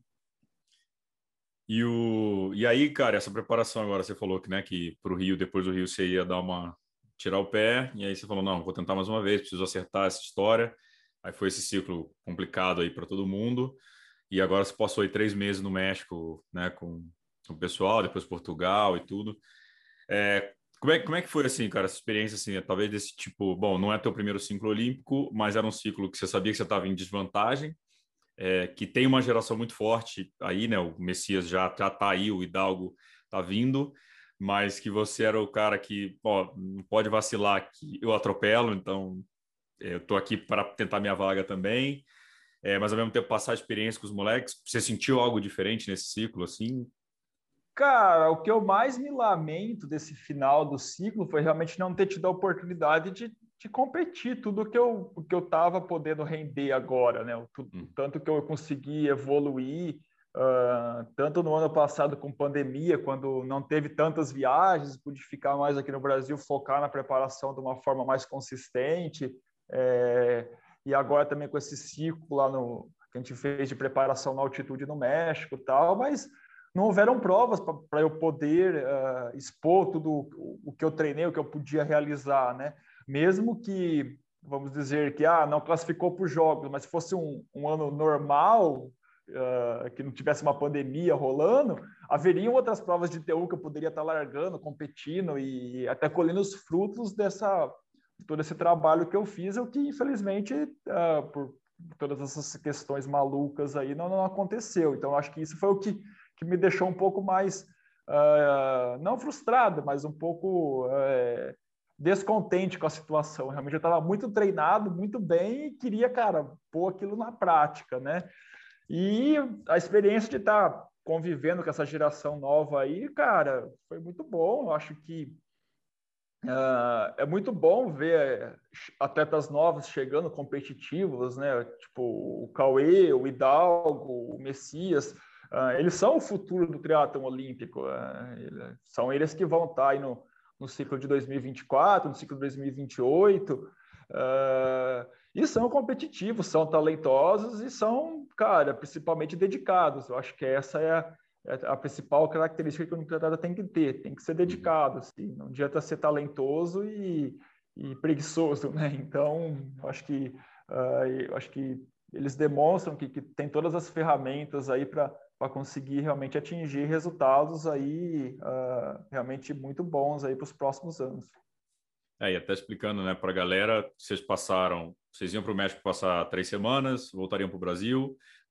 E aí, cara, essa preparação agora, você falou que, né, que para o Rio, depois do Rio, você ia tirar o pé, e aí você falou, não, vou tentar mais uma vez, preciso acertar essa história. Aí foi esse ciclo complicado aí para todo mundo, e agora você passou aí 3 meses no México, né, com o pessoal, depois Portugal e tudo. Como é que foi, assim, cara, essa experiência, assim, talvez desse tipo, bom, não é teu primeiro ciclo olímpico, mas era um ciclo que você sabia que você estava em desvantagem, que tem uma geração muito forte aí, né? O Messias já tá aí, o Hidalgo tá vindo, mas que você era o cara que, ó, não pode vacilar que eu atropelo, então eu tô aqui para tentar minha vaga também, mas ao mesmo tempo passar a experiência com os moleques. Você sentiu algo diferente nesse ciclo, assim? Cara, o que eu mais me lamento desse final do ciclo foi realmente não ter tido a oportunidade de competir tudo o que eu estava podendo render agora, né? O tanto que eu consegui evoluir, tanto no ano passado com pandemia, quando não teve tantas viagens, pude ficar mais aqui no Brasil, focar na preparação de uma forma mais consistente, e agora também com esse ciclo lá que a gente fez de preparação na altitude no México e tal, mas não houveram provas para eu poder expor tudo o que eu treinei, o que eu podia realizar, né? Mesmo que, vamos dizer, que não classificou para os jogos, mas se fosse um ano normal, que não tivesse uma pandemia rolando, haveriam outras provas de TU que eu poderia estar largando, competindo e até colhendo os frutos de todo esse trabalho que eu fiz, o que infelizmente, por todas essas questões malucas aí, não aconteceu. Então, acho que isso foi o que me deixou um pouco mais, não frustrado, mas um pouco descontente com a situação. Realmente eu estava muito treinado, muito bem, e queria, cara, pôr aquilo na prática, né? E a experiência de estar convivendo com essa geração nova aí, cara, foi muito bom. Eu acho que é muito bom ver atletas novos chegando, competitivos, né? Tipo o Cauê, o Hidalgo, o Messias. Eles são o futuro do triatlon olímpico. São eles que vão estar aí no ciclo de 2024, no ciclo de 2028. E são competitivos, são talentosos e são, cara, principalmente dedicados. Eu acho que essa é a principal característica que o triatleta tem que ser dedicado, assim. Não adianta ser talentoso e preguiçoso, né? Então, eu acho que eles demonstram que tem todas as ferramentas aí para conseguir realmente atingir resultados aí realmente muito bons aí para os próximos anos. E até explicando, né, para a galera, vocês iam para o México passar 3 semanas, voltariam para o Brasil,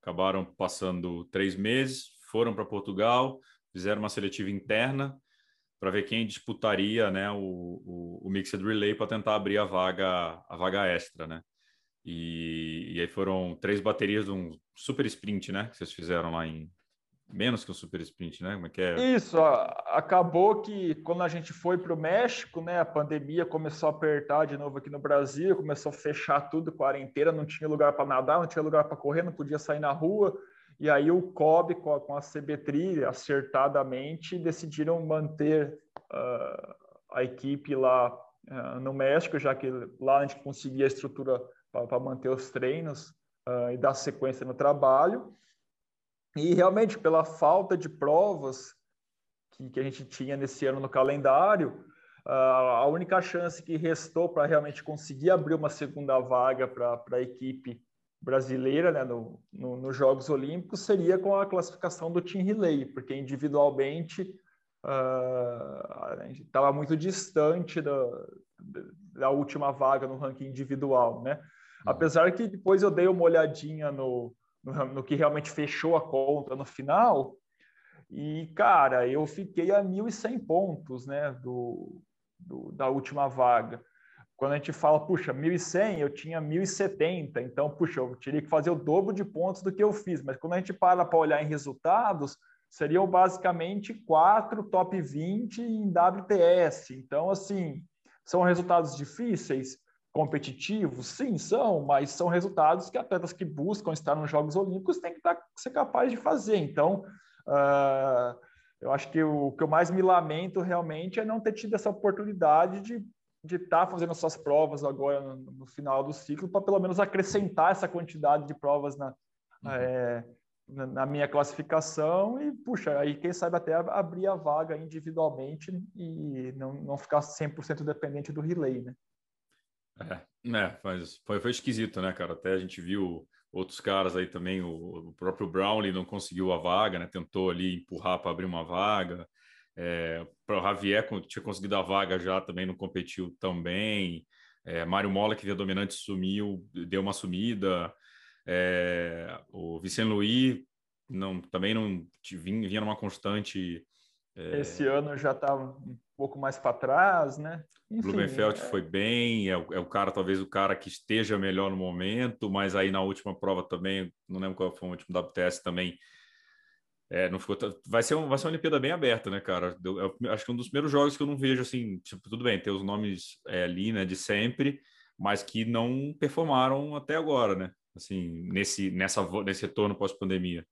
acabaram passando 3 meses, foram para Portugal, fizeram uma seletiva interna para ver quem disputaria, né, o Mixed Relay para tentar abrir a vaga extra, né? E aí foram 3 baterias de um super sprint, né? Que vocês fizeram lá em menos que um super sprint, né? Como é que é? Isso, acabou que quando a gente foi para o México, né, a pandemia começou a apertar de novo aqui no Brasil, começou a fechar tudo, quarentena, não tinha lugar para nadar, não tinha lugar para correr, não podia sair na rua. E aí o COB com a CBTRI, acertadamente, decidiram manter a equipe lá no México, já que lá a gente conseguia a estrutura para manter os treinos e dar sequência no trabalho. E realmente, pela falta de provas que a gente tinha nesse ano no calendário, a única chance que restou para realmente conseguir abrir uma segunda vaga para a equipe brasileira, né, nos Jogos Olímpicos seria com a classificação do Team Relay, porque individualmente a gente estava muito distante da última vaga no ranking individual, né? Apesar que depois eu dei uma olhadinha no que realmente fechou a conta no final, e, cara, eu fiquei a 1.100 pontos, né, da última vaga. Quando a gente fala, puxa, 1.100, eu tinha 1.070, então, puxa, eu teria que fazer o dobro de pontos do que eu fiz. Mas quando a gente para olhar em resultados, seriam basicamente 4 top 20 em WTS. Então, assim, são resultados difíceis, competitivos? Sim, são, mas são resultados que atletas que buscam estar nos Jogos Olímpicos têm que ser capazes de fazer. Então, eu acho que o que eu mais me lamento realmente é não ter tido essa oportunidade de estar fazendo suas provas agora no final do ciclo, para pelo menos acrescentar essa quantidade de provas na minha classificação e, puxa, aí quem sabe até abrir a vaga individualmente e não ficar 100% dependente do relay, né? Mas foi esquisito, né, cara? Até a gente viu outros caras aí também, o próprio Brownlee não conseguiu a vaga, né? Tentou ali empurrar para abrir uma vaga. Para o Javier tinha conseguido a vaga já, também não competiu tão bem. Mário Mola, que vinha dominante, sumiu, deu uma sumida. O Vicente Luiz também não vinha numa constante. Esse ano já está um pouco mais para trás, né? Enfim. Blumenfeld foi bem, é o cara, talvez o cara que esteja melhor no momento, mas aí na última prova também, não lembro qual foi o último WTS também, não ficou. Vai ser uma Olimpíada bem aberta, né, cara? Eu acho que é um dos primeiros jogos que eu não vejo assim, tipo, tudo bem, tem os nomes ali, né, de sempre, mas que não performaram até agora, né? Assim, nesse retorno pós-pandemia.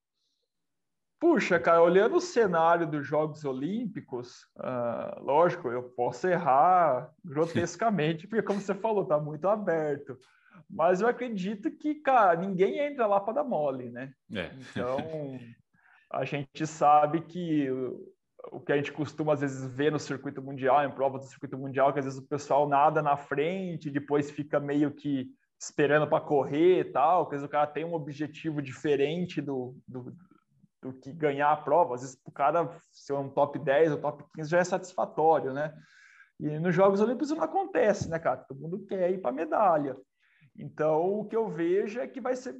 Puxa, cara, olhando o cenário dos Jogos Olímpicos, lógico, eu posso errar grotescamente, porque, como você falou, tá muito aberto. Mas eu acredito que, cara, ninguém entra lá para dar mole, né? Então, a gente sabe que o que a gente costuma, às vezes, ver no circuito mundial, em provas do circuito mundial, que às vezes o pessoal nada na frente, depois fica meio que esperando para correr e tal, que às vezes o cara tem um objetivo diferente do que ganhar a prova. Às vezes, para o cara ser um top 10 ou top 15 já é satisfatório, né? E nos Jogos Olímpicos isso não acontece, né, cara? Todo mundo quer ir para medalha. Então, o que eu vejo é que vai ser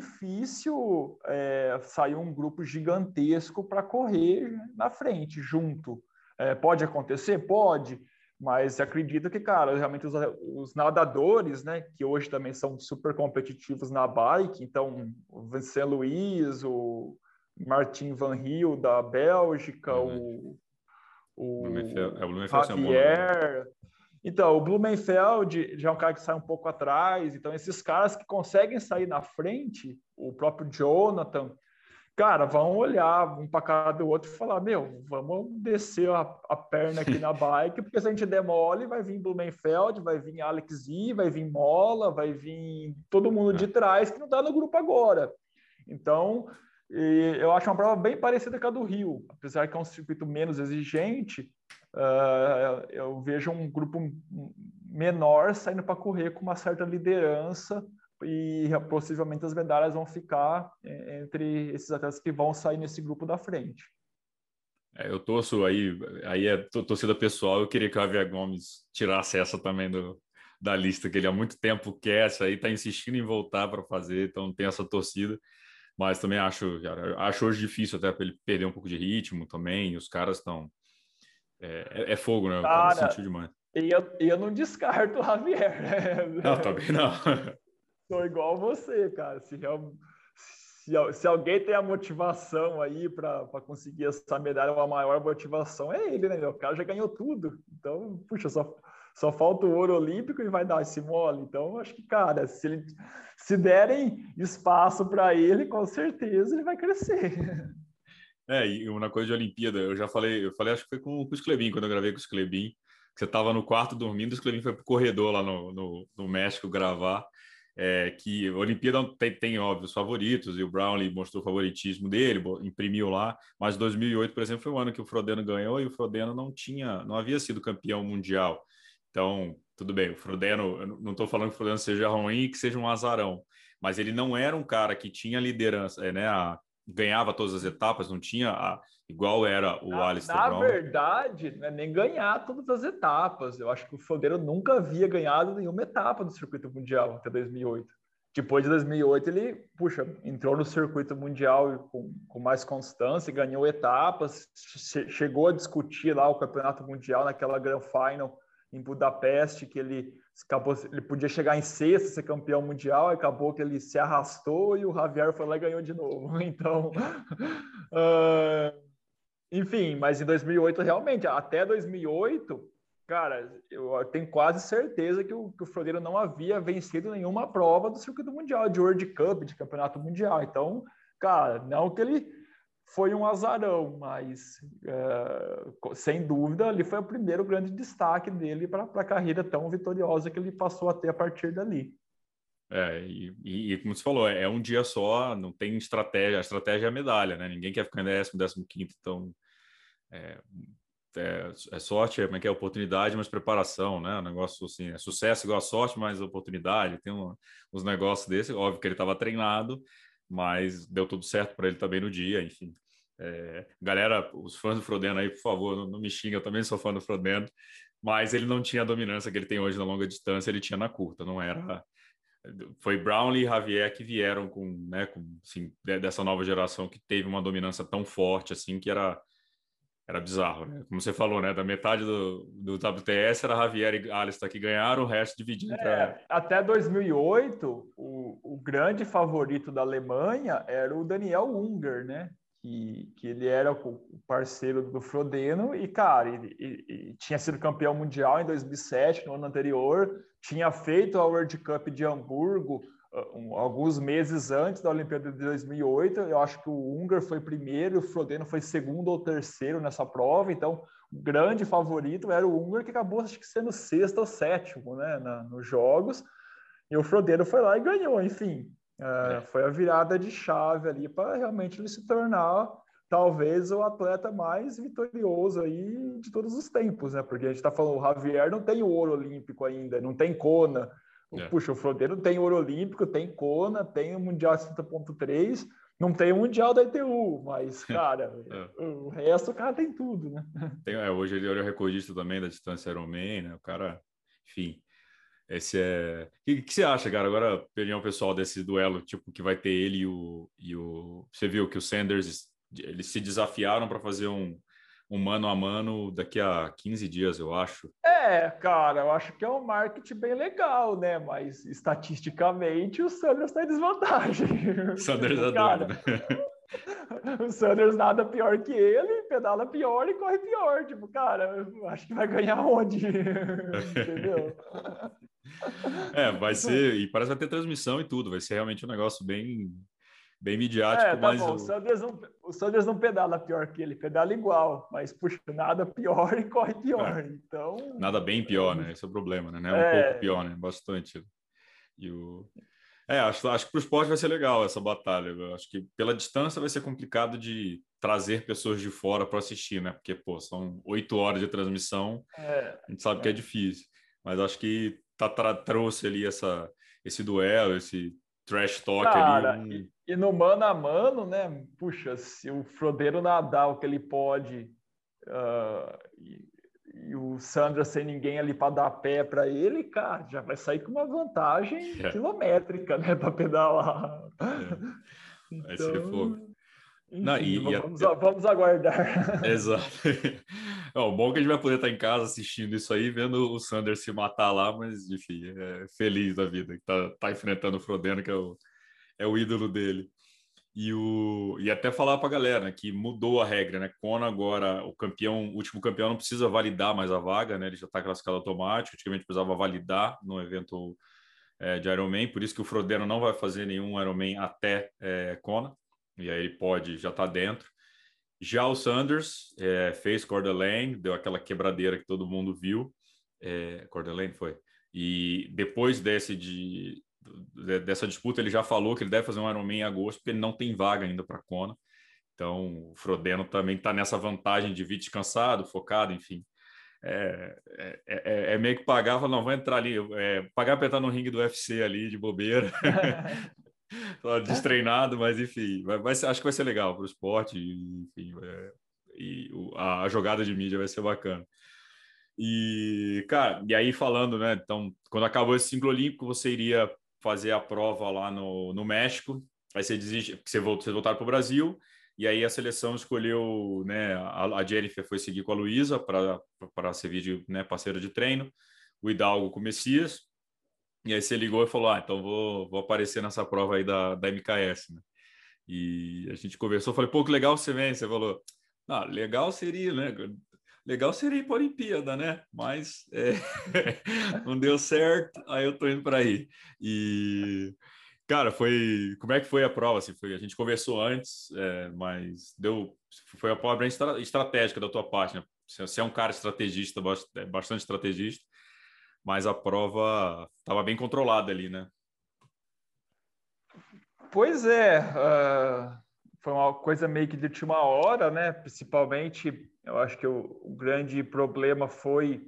difícil sair um grupo gigantesco para correr na frente, junto. Pode acontecer? Pode, mas acredito que, cara, realmente os nadadores, né, que hoje também são super competitivos na bike, então o Vincent Luiz, o Martin Van Riel da Bélgica, o Blumenfeld é um bom nadador. Javier. Então, o Blumenfeld já é um cara que sai um pouco atrás. Então, esses caras que conseguem sair na frente, o próprio Jonathan, cara, vão olhar um para cada do outro e falar: meu, vamos descer a perna aqui na bike, porque se a gente der mole, vai vir Blumenfeld, vai vir Alex I, vai vir Mola, vai vir todo mundo de trás que não está no grupo agora. Então, eu acho uma prova bem parecida com a do Rio, apesar que é um circuito menos exigente. Eu vejo um grupo menor saindo para correr com uma certa liderança e possivelmente as medalhas vão ficar entre esses atletas que vão sair nesse grupo da frente. Eu torço aí é torcida pessoal. Eu queria que o Javier Gomes tirasse essa também da lista, que ele há muito tempo quer essa aí, está insistindo em voltar para fazer, então tem essa torcida. Mas também acho, cara, acho hoje difícil até para ele perder um pouco de ritmo também. E os caras estão. É fogo, né? O cara Cara, sentiu demais. eu não descarto o Javier, Não, né? também não. Sou igual você, cara. Se alguém tem a motivação aí para conseguir essa medalha, a maior motivação é ele, né? O cara já ganhou tudo. Então, puxa, só falta o ouro olímpico e vai dar esse mole. Então, acho que, cara, se derem espaço para ele, com certeza ele vai crescer. E uma coisa de Olimpíada, eu falei, acho que foi com o Sclebin, quando eu gravei com o Sclebin, que você estava no quarto dormindo, o Sclebin foi pro corredor lá no México gravar, que a Olimpíada tem, óbvio, os favoritos, e o Brownlee mostrou o favoritismo dele, imprimiu lá, mas 2008, por exemplo, foi o ano que o Frodeno ganhou, e o Frodeno não havia sido campeão mundial. Então, tudo bem, o Frodeno, eu não estou falando que o Frodeno seja ruim e que seja um azarão, mas ele não era um cara que tinha liderança, né, ganhava todas as etapas, não tinha igual era o Alistair Na Brown. verdade, não é nem ganhar todas as etapas. Eu acho que o Frodeno nunca havia ganhado nenhuma etapa do circuito mundial até 2008. Depois de 2008, ele, puxa, entrou no circuito mundial com mais constância, ganhou etapas, chegou a discutir lá o campeonato mundial naquela Grand Final em Budapeste, que ele podia chegar em sexto, ser campeão mundial, acabou que ele se arrastou e o Javier foi lá e ganhou de novo. Então, enfim, mas em 2008, realmente, até 2008, cara, eu tenho quase certeza que o Frodeno não havia vencido nenhuma prova do circuito mundial, de World Cup, de campeonato mundial. Então, cara, não que ele foi um azarão, mas sem dúvida, ali foi o primeiro grande destaque dele para a carreira tão vitoriosa que ele passou a ter a partir dali. E como você falou, é um dia só, não tem estratégia, a estratégia é a medalha, né? Ninguém quer ficar em 15º, então é sorte, como é que é oportunidade, mas preparação, né? Um negócio assim, é sucesso igual a sorte, mas oportunidade, tem uns negócios desses, óbvio que ele estava treinado, mas deu tudo certo para ele também no dia, enfim. Galera, os fãs do Frodeno aí, por favor, não me xinguem, eu também sou fã do Frodeno, mas ele não tinha a dominância que ele tem hoje na longa distância, ele tinha na curta, não era. Foi Brownlee e Javier que vieram assim, dessa nova geração que teve uma dominância tão forte assim que era bizarro, né? Como você falou, né? Da metade do WTS era Javier e Alistair que ganharam, o resto dividido entre. Até 2008, o grande favorito da Alemanha era o Daniel Unger, né? Que ele era o parceiro do Frodeno e, cara, ele tinha sido campeão mundial em 2007, no ano anterior, tinha feito a World Cup de Hamburgo alguns meses antes da Olimpíada de 2008. Eu acho que o Unger foi primeiro, o Frodeno foi segundo ou terceiro nessa prova, então o grande favorito era o Unger, que acabou acho que sendo sexto ou sétimo, né, nos jogos, e o Frodeno foi lá e ganhou, enfim. Foi a virada de chave ali para realmente ele se tornar talvez o atleta mais vitorioso aí de todos os tempos, né? Porque a gente está falando, o Javier não tem o ouro olímpico ainda, não tem Kona. Puxa, o Frodeno tem ouro olímpico, tem Kona, tem o Mundial 60.3, não tem o Mundial da ITU, mas, cara, o resto o cara tem tudo, né? Hoje ele é o recordista também da distância Ironman, né? O cara, enfim. Esse é. O que você acha, cara? Agora, opinião pessoal desse duelo, tipo, que vai ter ele e o. Você viu que o Sanders, eles se desafiaram para fazer um mano a mano daqui a 15 dias, eu acho. Cara, eu acho que é um marketing bem legal, né? Mas estatisticamente o Sanders está em desvantagem. Sanders é Cara, doido, né? o Sanders nada pior que ele, pedala pior e corre pior. Tipo, cara, eu acho que vai ganhar onde? Entendeu? Vai ser, e parece que vai ter transmissão e tudo, vai ser realmente um negócio bem midiático, Tá mas bom. O Sanders não pedala pior que ele, pedala igual, mas puxa, nada pior e corre pior. Então. nada bem pior, né? Esse é o problema, né? Não é um pouco pior, né? Bastante. E o. Acho que para o esporte vai ser legal essa batalha. Eu acho que pela distância vai ser complicado de trazer pessoas de fora para assistir, né? Porque, pô, são 8 horas de transmissão, a gente sabe que é difícil. Mas acho que trouxe ali esse duelo, esse trash talk Cara, ali. e no mano a mano, né? Puxa, se o Frodeno nadar o que ele pode e o Sandra sem ninguém ali para dar pé para ele, cara, já vai sair com uma vantagem quilométrica, né? Para pedalar. Vai ser fogo. Então, Não, enfim, vamos aguardar. Exato. Ó, o bom é que a gente vai poder estar em casa assistindo isso aí, vendo o Sanders se matar lá, mas enfim, feliz da vida, que tá enfrentando o Frodeno, que é o ídolo dele. E até falar para a galera, né, que mudou a regra, né? Kona agora, o último campeão não precisa validar mais a vaga, né? Ele já está classificado automático. Antigamente precisava validar no evento de Ironman, por isso que o Frodeno não vai fazer nenhum Ironman até Kona, e aí ele já está dentro. Já o Sanders fez Coeur d'Alene, deu aquela quebradeira que todo mundo viu. Coeur d'Alene foi. E depois dessa disputa, ele já falou que ele deve fazer um Ironman em agosto, porque ele não tem vaga ainda para Kona. Então, o Frodeno também está nessa vantagem de vir descansado, focado, enfim. É meio que pagar, não, vou entrar ali, pagar para entrar no ringue do UFC ali, de bobeira. Destreinado, mas enfim, acho que vai ser legal para o esporte, enfim, a jogada de mídia vai ser bacana. E, cara, e aí falando, né? Então, quando acabou esse ciclo olímpico, você iria fazer a prova lá no México, aí você desiste, vocês voltaram para o Brasil, e aí a seleção escolheu, né? A Jennifer foi seguir com a Luísa para servir de, né, parceira de treino, o Hidalgo com o Messias. E aí você ligou e falou, então vou aparecer nessa prova aí da MKS, né? E a gente conversou, falei, pô, que legal você vem. Você falou, legal seria, né? Legal seria ir para a Olimpíada, né? Mas não deu certo, aí eu tô indo para aí. E, cara, como é que foi a prova? Assim, a gente conversou antes, mas foi a prova bem estratégica da tua parte, né? Você é um cara estrategista, bastante estrategista, mas a prova estava bem controlada ali, né? Pois é, foi uma coisa meio que de última hora, né? Principalmente, eu acho que o grande problema foi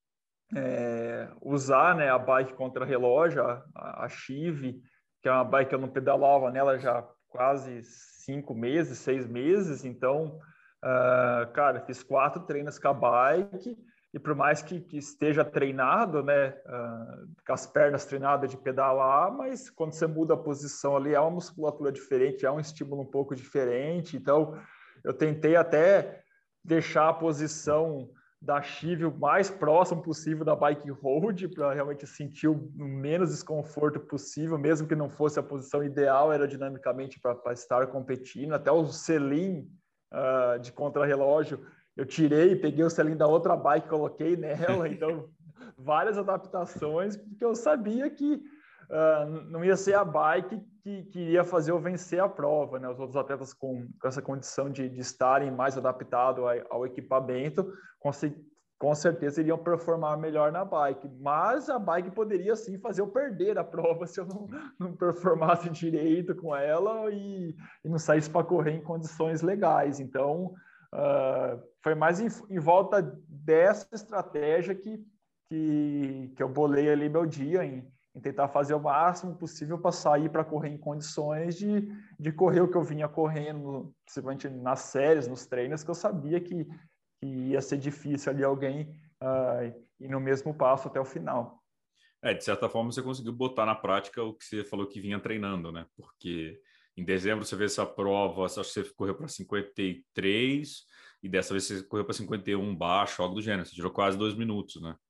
usar, né, a bike contra relógio, a Chive, que é uma bike que eu não pedalava nela já quase 5 meses, 6 meses. Então, cara, fiz 4 treinos com a bike, e por mais que esteja treinado, né, com as pernas treinadas de pedalar, mas quando você muda a posição ali, é uma musculatura diferente, é um estímulo um pouco diferente. Então, eu tentei até deixar a posição da Chive o mais próximo possível da bike road, para realmente sentir o menos desconforto possível, mesmo que não fosse a posição ideal aerodinamicamente para estar competindo. Até o selim de contrarrelógio eu tirei, peguei o selim da outra bike, coloquei nela. Então, várias adaptações, porque eu sabia que não ia ser a bike que iria fazer eu vencer a prova, né? Os outros atletas com essa condição de estarem mais adaptados ao equipamento, com certeza iriam performar melhor na bike, mas a bike poderia sim fazer eu perder a prova se eu não performasse direito com ela e não saísse para correr em condições legais. Então, foi mais em volta dessa estratégia que eu bolei ali meu dia em tentar fazer o máximo possível para sair para correr em condições de correr o que eu vinha correndo, principalmente nas séries, nos treinos, que eu sabia que ia ser difícil ali alguém ir no mesmo passo até o final. De certa forma, você conseguiu botar na prática o que você falou que vinha treinando, né? Porque em dezembro você fez essa prova, acho que você correu para 53 e dessa vez você correu para 51 baixo, algo do gênero. Você tirou quase 2 minutos, né?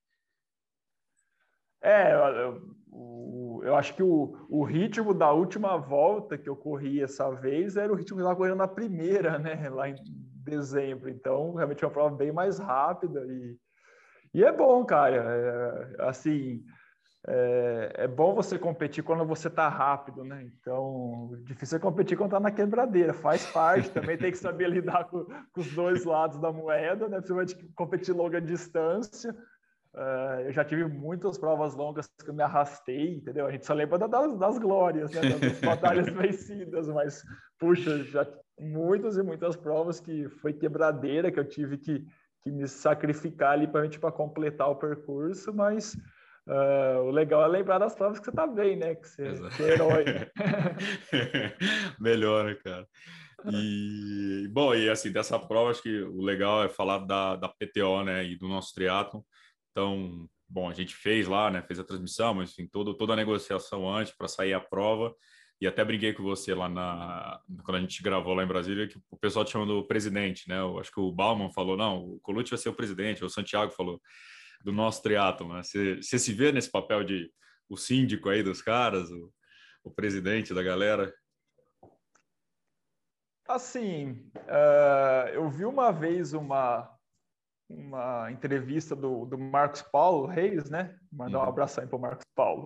Eu acho que o ritmo da última volta que eu corri essa vez era o ritmo que eu estava correndo na primeira, né? Lá em dezembro. Então, realmente é uma prova bem mais rápida e é bom, cara. Assim, é bom você competir quando você está rápido, né? Então, difícil é competir quando está na quebradeira. Faz parte, também tem que saber lidar com os dois lados da moeda, né? Principalmente competir longa distância. Eu já tive muitas provas longas que eu me arrastei, entendeu? A gente só lembra das glórias, né? Das batalhas vencidas, mas, puxa, já muitas e muitas provas que foi quebradeira, que eu tive que me sacrificar ali para completar o percurso, mas o legal é lembrar das provas que você tá bem, né? Que você é herói. Melhor, né, cara? E, bom, e assim, dessa prova, acho que o legal é falar da PTO, né, e do nosso triatlon. Então, bom, a gente fez lá, né, fez a transmissão, mas enfim, toda a negociação antes para sair a prova. E até briguei com você lá quando a gente gravou lá em Brasília, que o pessoal te chamando presidente, né? Eu acho que o Bauman falou, não, o Colucci vai ser o presidente, o Santiago falou do nosso triatlon, né? Você se vê nesse papel de o síndico aí dos caras, o presidente da galera? Assim, eu vi uma vez uma entrevista do Marcos Paulo Reis, né? Mandar um abraço aí para o Marcos Paulo.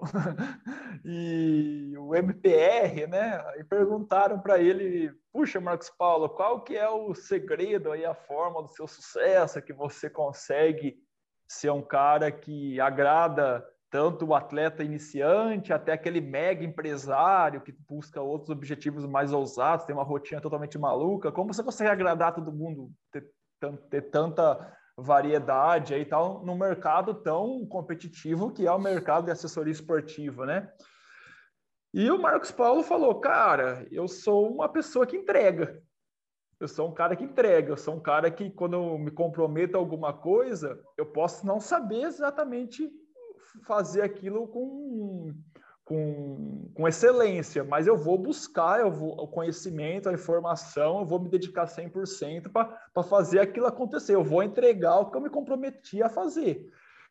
E o MPR, né? E perguntaram para ele, puxa, Marcos Paulo, qual que é o segredo aí, a forma do seu sucesso, que você consegue ser um cara que agrada tanto o atleta iniciante até aquele mega empresário que busca outros objetivos mais ousados, tem uma rotina totalmente maluca. Como você consegue agradar todo mundo, ter tanta variedade aí e tal, num mercado tão competitivo que é o mercado de assessoria esportiva, né? E o Marcos Paulo falou, cara, eu sou uma pessoa que entrega. Eu sou um cara que entrega, eu sou um cara que, quando eu me comprometo a alguma coisa, eu posso não saber exatamente fazer aquilo com excelência, mas eu vou buscar o conhecimento, a informação, eu vou me dedicar 100% para fazer aquilo acontecer, eu vou entregar o que eu me comprometi a fazer.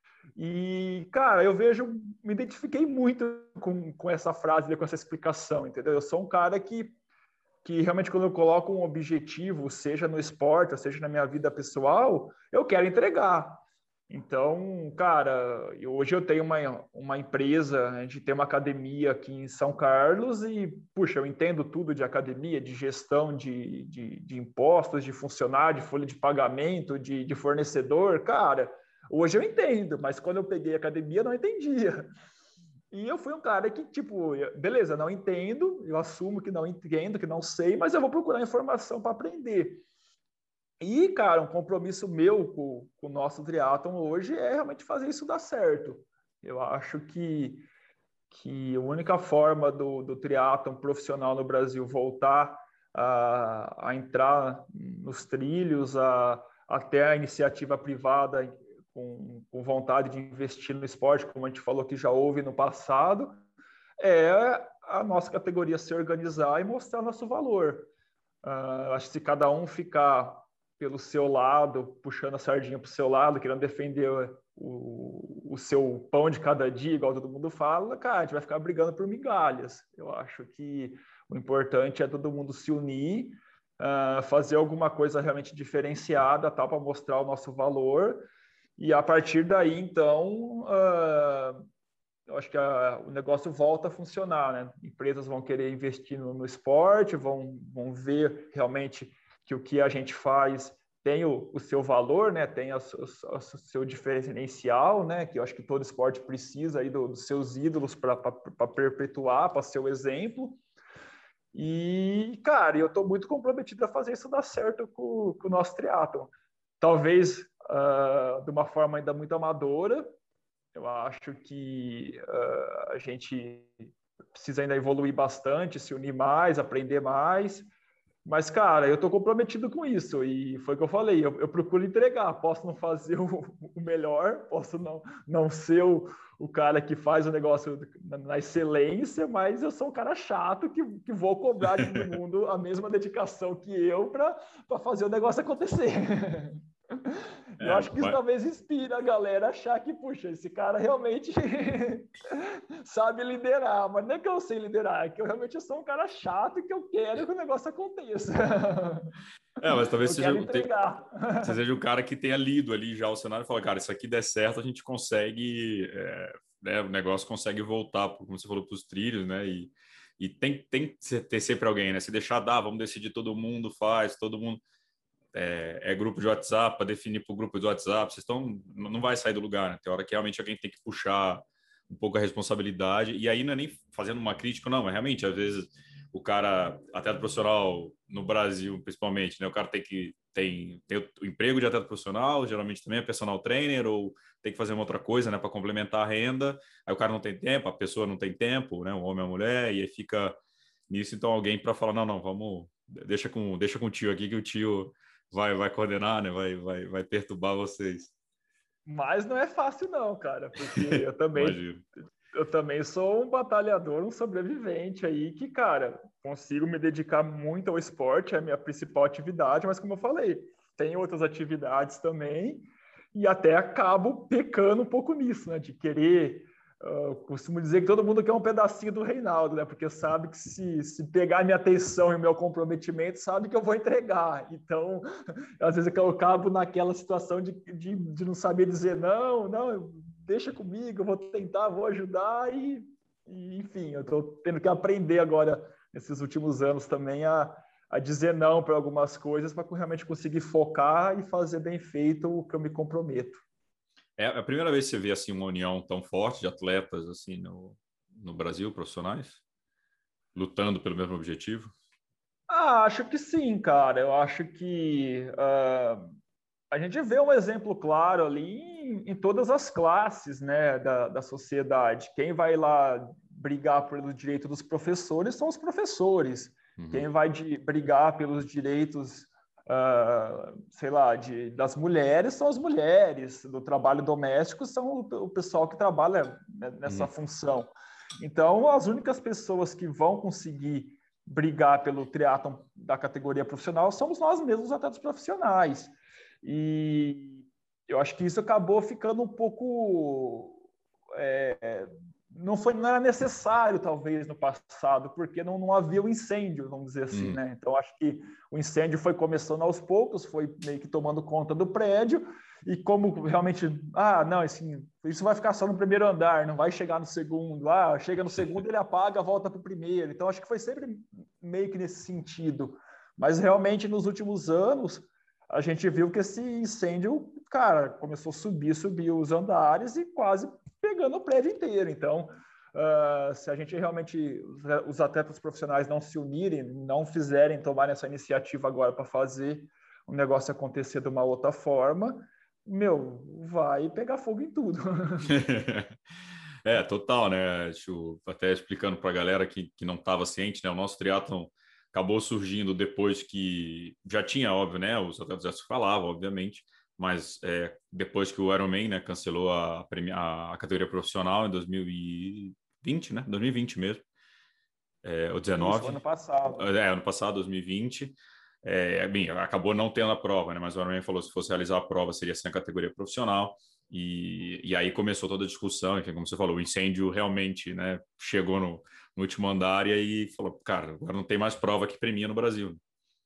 E, cara, me identifiquei muito com essa frase, com essa explicação, entendeu? Eu sou um cara que realmente, quando eu coloco um objetivo, seja no esporte, seja na minha vida pessoal, eu quero entregar. Então, cara, hoje eu tenho uma empresa, a gente tem uma academia aqui em São Carlos e, puxa, eu entendo tudo de academia, de gestão de impostos, de funcionário, de folha de pagamento, de fornecedor. Cara, hoje eu entendo, mas quando eu peguei a academia, eu não entendia. E eu fui um cara que, tipo, beleza, não entendo, eu assumo que não entendo, que não sei, mas eu vou procurar informação para aprender. E, cara, um compromisso meu com o nosso triatlon hoje é realmente fazer isso dar certo. Eu acho que a única forma do triatlon profissional no Brasil voltar a entrar nos trilhos, até a iniciativa privada com vontade de investir no esporte, como a gente falou que já houve no passado, é a nossa categoria se organizar e mostrar nosso valor. Acho que se cada um ficar pelo seu lado, puxando a sardinha para o seu lado, querendo defender o seu pão de cada dia, igual todo mundo fala, cara, a gente vai ficar brigando por migalhas. Eu acho que o importante é todo mundo se unir, fazer alguma coisa realmente diferenciada, tal, para mostrar o nosso valor. E a partir daí, então, eu acho que o negócio volta a funcionar, né? Empresas vão querer investir no esporte, vão ver realmente que o que a gente faz tem o seu valor, né? Tem o seu diferencial, né? Que eu acho que todo esporte precisa aí dos seus ídolos para perpetuar, para ser o exemplo. E, cara, eu estou muito comprometido a fazer isso dar certo com o nosso triatlon. Talvez de uma forma ainda muito amadora. Eu acho que a gente precisa ainda evoluir bastante, se unir mais, aprender mais. Mas, cara, eu estou comprometido com isso. E foi o que eu falei, eu procuro entregar. Posso não fazer o melhor, posso não ser o cara que faz o negócio na excelência, mas eu sou um cara chato que vou cobrar de todo mundo a mesma dedicação que eu para fazer o negócio acontecer. E eu acho que isso talvez inspire a galera a achar que, puxa, esse cara realmente sabe liderar. Mas não é que eu sei liderar, é que eu realmente sou um cara chato e que eu quero que o negócio aconteça. Mas talvez eu quero entregar. Você seja o cara que tenha lido ali já o cenário e fala, cara, isso aqui der certo, a gente consegue, né, o negócio consegue voltar, como você falou, para os trilhos, né? E tem que ter sempre alguém, né? Se deixar dar, vamos decidir, todo mundo faz, todo mundo... grupo de WhatsApp, para definir para o grupo de WhatsApp, não vai sair do lugar, né? Tem hora que realmente alguém tem que puxar um pouco a responsabilidade, e aí não é nem fazendo uma crítica, não, mas realmente, às vezes, o cara, atleta profissional no Brasil, principalmente, né? O cara tem o emprego de atleta profissional, geralmente também é personal trainer, ou tem que fazer uma outra coisa, né, para complementar a renda, aí o cara não tem tempo, a pessoa não tem tempo, né, o homem ou a mulher, e aí fica nisso, então alguém para falar, não, vamos, deixa com o tio aqui, que o tio vai coordenar, né? Vai perturbar vocês. Mas não é fácil não, cara, porque eu também Imagino. eu também sou um batalhador, um sobrevivente aí que, cara, consigo me dedicar muito ao esporte, é a minha principal atividade, mas como eu falei, tem outras atividades também e até acabo pecando um pouco nisso, né? De querer. Costumo dizer que todo mundo quer um pedacinho do Reinaldo, né? Porque sabe que se pegar minha atenção e meu comprometimento, sabe que eu vou entregar. Então, às vezes eu acabo naquela situação de não saber dizer não, deixa comigo, eu vou tentar, vou ajudar enfim, eu estou tendo que aprender agora, nesses últimos anos também, a dizer não para algumas coisas para realmente conseguir focar e fazer bem feito o que eu me comprometo. É a primeira vez que você vê assim uma união tão forte de atletas assim no Brasil, profissionais, lutando pelo mesmo objetivo? Acho que sim, cara. Eu acho que a gente vê um exemplo claro ali em todas as classes, né, da sociedade. Quem vai lá brigar pelo direito dos professores são os professores. Uhum. Quem vai brigar pelos direitos, sei lá, das mulheres são as mulheres. Do trabalho doméstico são o pessoal que trabalha nessa função. Então, as únicas pessoas que vão conseguir brigar pelo triatlon da categoria profissional somos nós mesmos, atletas profissionais. E eu acho que isso acabou ficando um pouco... não era necessário, talvez, no passado, porque não havia o incêndio, vamos dizer assim, né? Então, acho que o incêndio foi começando aos poucos, foi meio que tomando conta do prédio, e como realmente, não, assim, isso vai ficar só no primeiro andar, não vai chegar no segundo, chega no segundo, ele apaga, volta para o primeiro. Então, acho que foi sempre meio que nesse sentido. Mas, realmente, nos últimos anos, a gente viu que esse incêndio, cara, começou a subir os andares e quase pegando o prédio inteiro. Então, se a gente realmente, os atletas profissionais não se unirem, não tomarem essa iniciativa agora para fazer o negócio acontecer de uma outra forma, vai pegar fogo em tudo. Total, né? Até explicando para a galera que não estava ciente, né? O nosso triatlon acabou surgindo depois que já tinha, óbvio, né? Os atletas já se falavam, obviamente, mas depois que o Ironman, né, cancelou a categoria profissional em 2020, né? 2020 mesmo, ou 19. Isso, ano passado. Ano passado, 2020. Bem, acabou não tendo a prova, né? Mas o Ironman falou que se fosse realizar a prova seria sem a categoria profissional. E aí começou toda a discussão, enfim, como você falou, o incêndio realmente, né, chegou no último andar e aí falou, cara, agora não tem mais prova que premia no Brasil.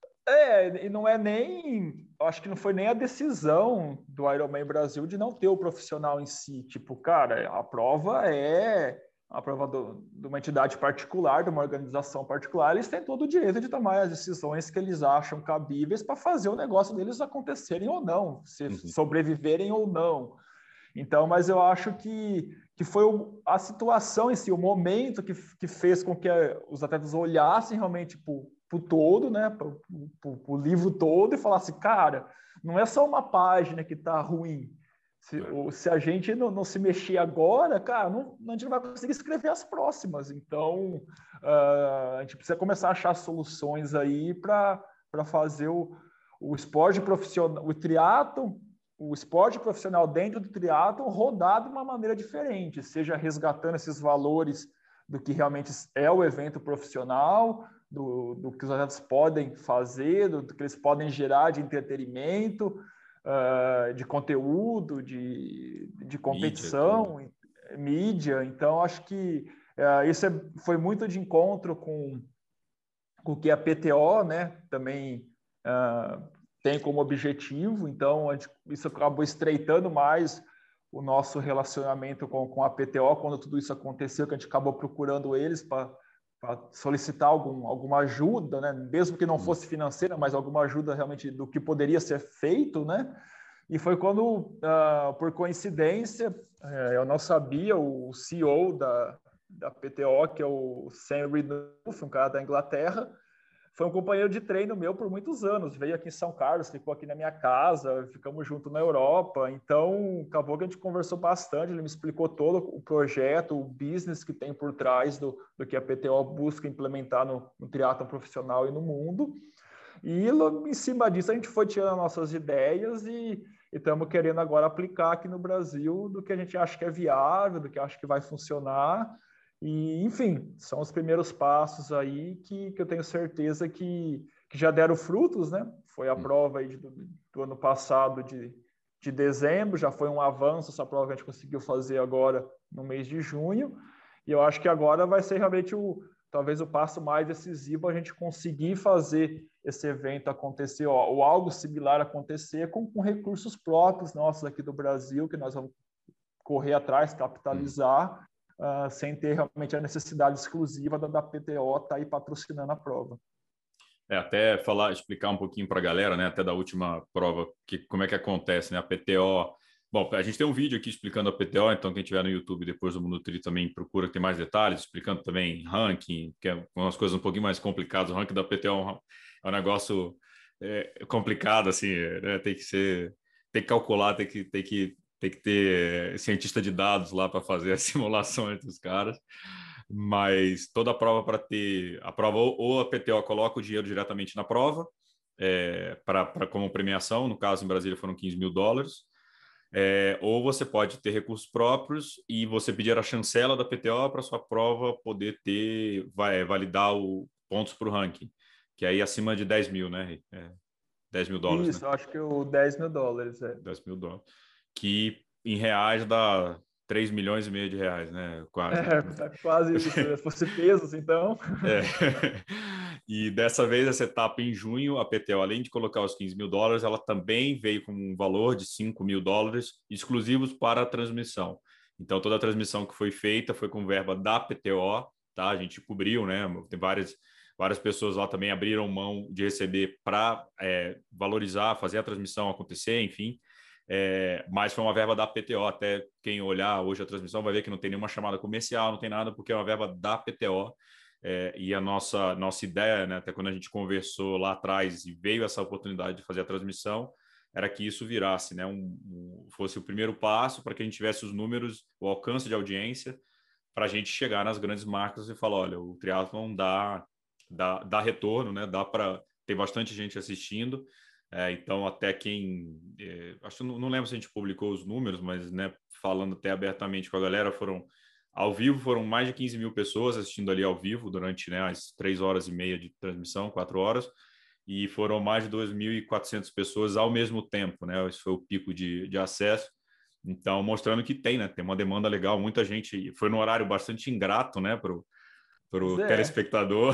E não é nem, acho que não foi nem a decisão do Ironman Brasil de não ter o profissional em si. Tipo, cara, a prova é a prova de uma entidade particular, de uma organização particular, eles têm todo o direito de tomar as decisões que eles acham cabíveis para fazer o negócio deles acontecerem ou não, se sobreviverem ou não. Então, mas eu acho que foi a situação em si, o momento que fez com que os atletas olhassem realmente para o todo, né, para o livro todo e falassem, cara, não é só uma página que está ruim. Se a gente não se mexer agora, cara, a gente não vai conseguir escrever as próximas. Então, a gente precisa começar a achar soluções aí para fazer o esporte profissional, o triatlon, o esporte profissional dentro do triatlon rodar de uma maneira diferente, seja resgatando esses valores do que realmente é o evento profissional, do que os atletas podem fazer, do que eles podem gerar de entretenimento, de conteúdo, de competição, mídia. Então, acho que isso foi muito de encontro com o que a PTO, né, também tem como objetivo. Então, isso acabou estreitando mais o nosso relacionamento com a PTO quando tudo isso aconteceu, que a gente acabou procurando eles para solicitar alguma ajuda, né? Mesmo que não fosse financeira, mas alguma ajuda realmente do que poderia ser feito, né? E foi quando, por coincidência, eu não sabia, o CEO da PTO, que é o Sam Renouf, um cara da Inglaterra, foi um companheiro de treino meu por muitos anos. Veio aqui em São Carlos, ficou aqui na minha casa, ficamos juntos na Europa. Então, acabou que a gente conversou bastante. Ele me explicou todo o projeto, o business que tem por trás do que a PTO busca implementar no triatlon profissional e no mundo. E em cima disso, a gente foi tirando nossas ideias e e estamos querendo agora aplicar aqui no Brasil do que a gente acha que é viável, do que acha que vai funcionar. E, enfim, são os primeiros passos aí que eu tenho certeza que já deram frutos, né? Foi a prova aí do ano passado de dezembro, já foi um avanço essa prova que a gente conseguiu fazer agora no mês de junho, e eu acho que agora vai ser realmente talvez o passo mais decisivo a gente conseguir fazer esse evento acontecer, ou algo similar acontecer com recursos próprios nossos aqui do Brasil, que nós vamos correr atrás, capitalizar, sem ter realmente a necessidade exclusiva da PTO estar aí patrocinando a prova. Até explicar um pouquinho para a galera, né, até da última prova, como é que acontece, né, a PTO. Bom, a gente tem um vídeo aqui explicando a PTO, então quem tiver no YouTube depois do Mundo Tri também procura ter mais detalhes, explicando também ranking, que é umas coisas um pouquinho mais complicadas. O ranking da PTO é um negócio complicado, assim, né? Tem que calcular, tem que ter cientista de dados lá para fazer a simulação entre os caras. Mas toda a prova para ter a prova ou a PTO coloca o dinheiro diretamente na prova como premiação, no caso em Brasília foram US$15.000, ou você pode ter recursos próprios e você pedir a chancela da PTO para sua prova poder validar pontos para o ranking, que aí acima de 10 mil, né? $10.000. Isso, né? Eu acho que o US$10.000. $10.000. Que em reais dá 3,5 milhões de reais, né? Quase. Tá quase isso. Se fosse pesos, então. E dessa vez, essa etapa em junho, a PTO, além de colocar os US$15.000, ela também veio com um valor de US$5.000 exclusivos para a transmissão. Então, toda a transmissão que foi feita foi com verba da PTO, tá? A gente cobriu, né? Tem várias pessoas lá também abriram mão de receber para valorizar, fazer a transmissão acontecer, enfim. Mas foi uma verba da PTO. Até quem olhar hoje a transmissão vai ver que não tem nenhuma chamada comercial, não tem nada, porque é uma verba da PTO. E a nossa ideia, né, até quando a gente conversou lá atrás e veio essa oportunidade de fazer a transmissão, era que isso virasse, né, fosse o primeiro passo para que a gente tivesse os números, o alcance de audiência, para a gente chegar nas grandes marcas e falar, olha, o triatlon dá retorno, né, tem bastante gente assistindo. Então, até acho que não lembro se a gente publicou os números, mas, né, falando até abertamente com a galera, ao vivo foram mais de 15 mil pessoas assistindo ali ao vivo durante, né, as 3 horas e meia de transmissão, 4 horas, e foram mais de 2.400 pessoas ao mesmo tempo, né? Esse foi o pico de acesso. Então, mostrando que tem uma demanda legal, muita gente, foi num horário bastante ingrato, né, para o telespectador.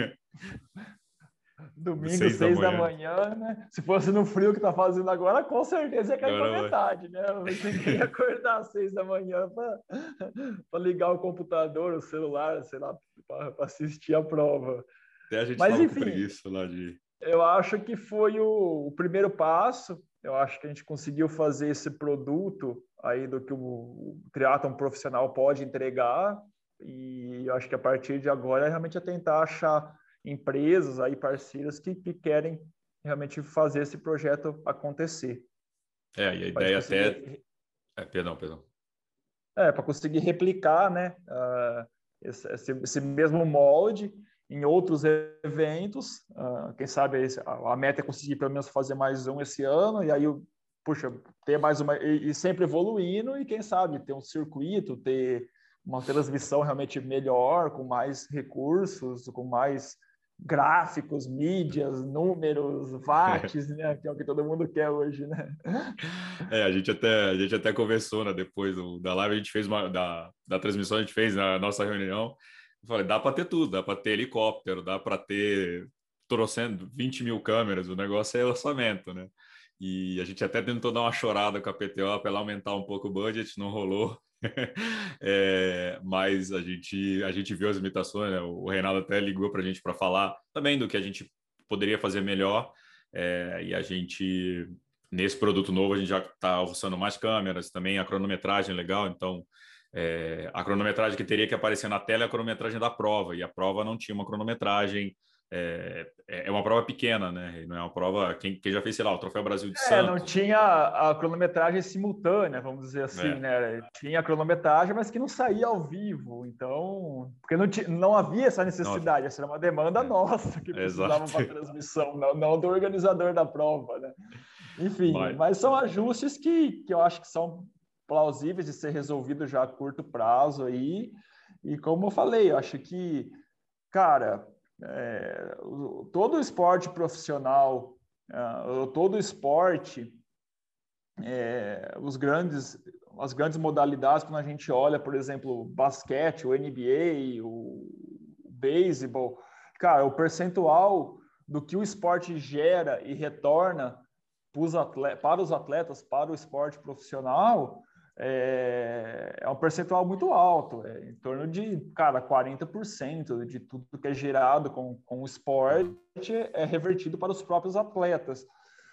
Domingo, 6 da manhã, né? Se fosse no frio que tá fazendo agora, com certeza ia cair pela metade, né? Ninguém ia acordar às 6 da manhã para ligar o computador, o celular, sei lá, para assistir a prova. Até a gente estava com preguiça lá Eu acho que foi o primeiro passo. Eu acho que a gente conseguiu fazer esse produto aí do que o triatlon profissional pode entregar. E eu acho que a partir de agora realmente é tentar achar empresas aí, parceiras que querem realmente fazer esse projeto acontecer. E a ideia conseguir... Perdão. Para conseguir replicar, né, esse mesmo molde em outros eventos. Quem sabe a meta é conseguir pelo menos fazer mais um esse ano, e aí, ter mais uma, e sempre evoluindo, e quem sabe ter um circuito, ter uma transmissão realmente melhor, com mais recursos, com mais gráficos, mídias, números, watts, né? Que é o que todo mundo quer hoje, né? A gente até conversou, né? Depois da live, a gente fez da transmissão, a gente fez na nossa reunião. Eu falei, dá para ter tudo, dá para ter helicóptero, dá para ter 20 mil câmeras, o negócio é orçamento, né? E a gente até tentou dar uma chorada com a PTO para ela aumentar um pouco o budget, não rolou. Mas a gente viu as limitações, né? O Reinaldo até ligou para a gente para falar também do que a gente poderia fazer melhor, e a gente, nesse produto novo, a gente já está usando mais câmeras, também a cronometragem é legal, então a cronometragem que teria que aparecer na tela é a cronometragem da prova, e a prova não tinha uma cronometragem. É uma prova pequena, né? Não é uma prova. Quem já fez, sei lá, o Troféu Brasil de Santos. Não tinha a cronometragem simultânea, vamos dizer assim, né? Tinha a cronometragem, mas que não saía ao vivo. Então, porque não havia essa necessidade, essa era uma demanda nossa que precisava para a transmissão, não do organizador da prova, né? Enfim, mas são ajustes que eu acho que são plausíveis de ser resolvidos já a curto prazo aí. E como eu falei, eu acho que, cara, todo esporte profissional, todo esporte, as grandes modalidades, quando a gente olha, por exemplo, basquete, o NBA, o beisebol, cara, o percentual do que o esporte gera e retorna para os atletas, para o esporte profissional, é um percentual muito alto, em torno de, cara, 40% de tudo que é gerado com o esporte é revertido para os próprios atletas.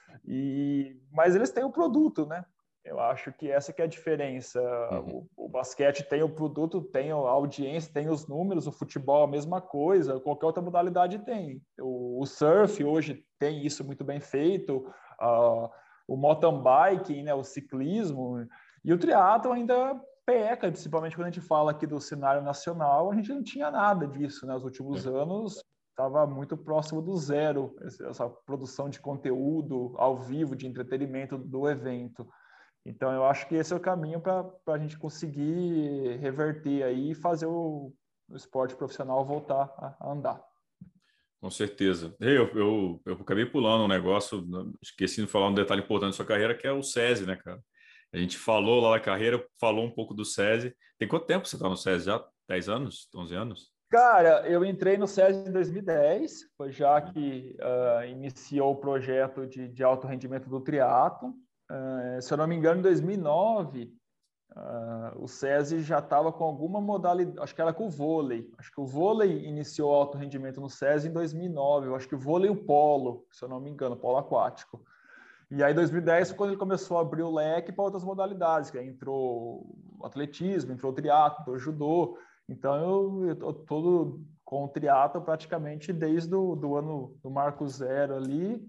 Mas eles têm o produto, né? Eu acho que essa que é a diferença. O basquete tem o produto, tem a audiência, tem os números, o futebol a mesma coisa, qualquer outra modalidade tem. O surf hoje tem isso muito bem feito, o mountain biking, né, o ciclismo, e o triatlo ainda peca, principalmente quando a gente fala aqui do cenário nacional, a gente não tinha nada disso, né? Nos últimos anos estava muito próximo do zero, essa produção de conteúdo ao vivo, de entretenimento do evento. Então, eu acho que esse é o caminho para a gente conseguir reverter aí e fazer o esporte profissional voltar a andar. Com certeza. Eu acabei pulando um negócio, esqueci de falar um detalhe importante da sua carreira, que é o SESI, né, cara? A gente falou lá na carreira, falou um pouco do SESI. Tem quanto tempo você está no SESI já? 10 anos? 11 anos? Cara, eu entrei no SESI em 2010, foi já que iniciou o projeto de alto rendimento do triatlo. Se eu não me engano, em 2009, o SESI já estava com alguma modalidade, acho que era com o vôlei. Acho que o vôlei iniciou alto rendimento no SESI em 2009. Eu acho que o vôlei e o polo, se eu não me engano, polo aquático. E aí, em 2010, foi quando ele começou a abrir o leque para outras modalidades, que aí entrou o atletismo, entrou o triatlo, entrou o judô. Então, eu estou todo com o triatlo praticamente desde do ano do Marco Zero ali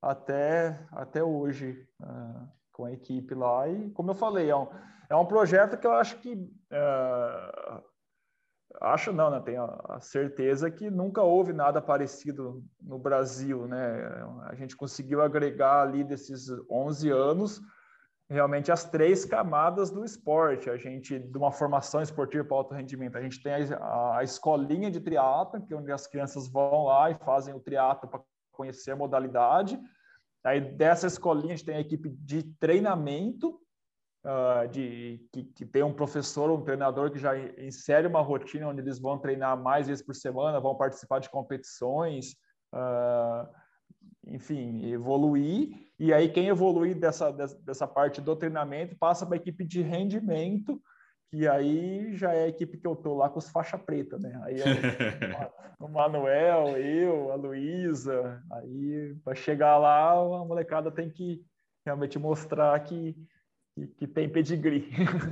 até hoje, com a equipe lá. E, como eu falei, é um projeto que eu acho que... acho não, né? Tenho a certeza que nunca houve nada parecido no Brasil, né? A gente conseguiu agregar ali desses 11 anos realmente as 3 camadas do esporte. A gente, de uma formação esportiva para alto rendimento, a gente tem a escolinha de triatlo, que é onde as crianças vão lá e fazem o triatlo para conhecer a modalidade. Aí dessa escolinha a gente tem a equipe de treinamento, que tem um professor, um treinador que já insere uma rotina onde eles vão treinar mais vezes por semana, vão participar de competições, enfim, evoluir. E aí quem evoluir dessa parte do treinamento passa para a equipe de rendimento, que aí já é a equipe que eu tô lá com os faixa preta, né? Aí é o Manuel, eu, a Luísa. Aí para chegar lá, a molecada tem que realmente mostrar que tem pedigree.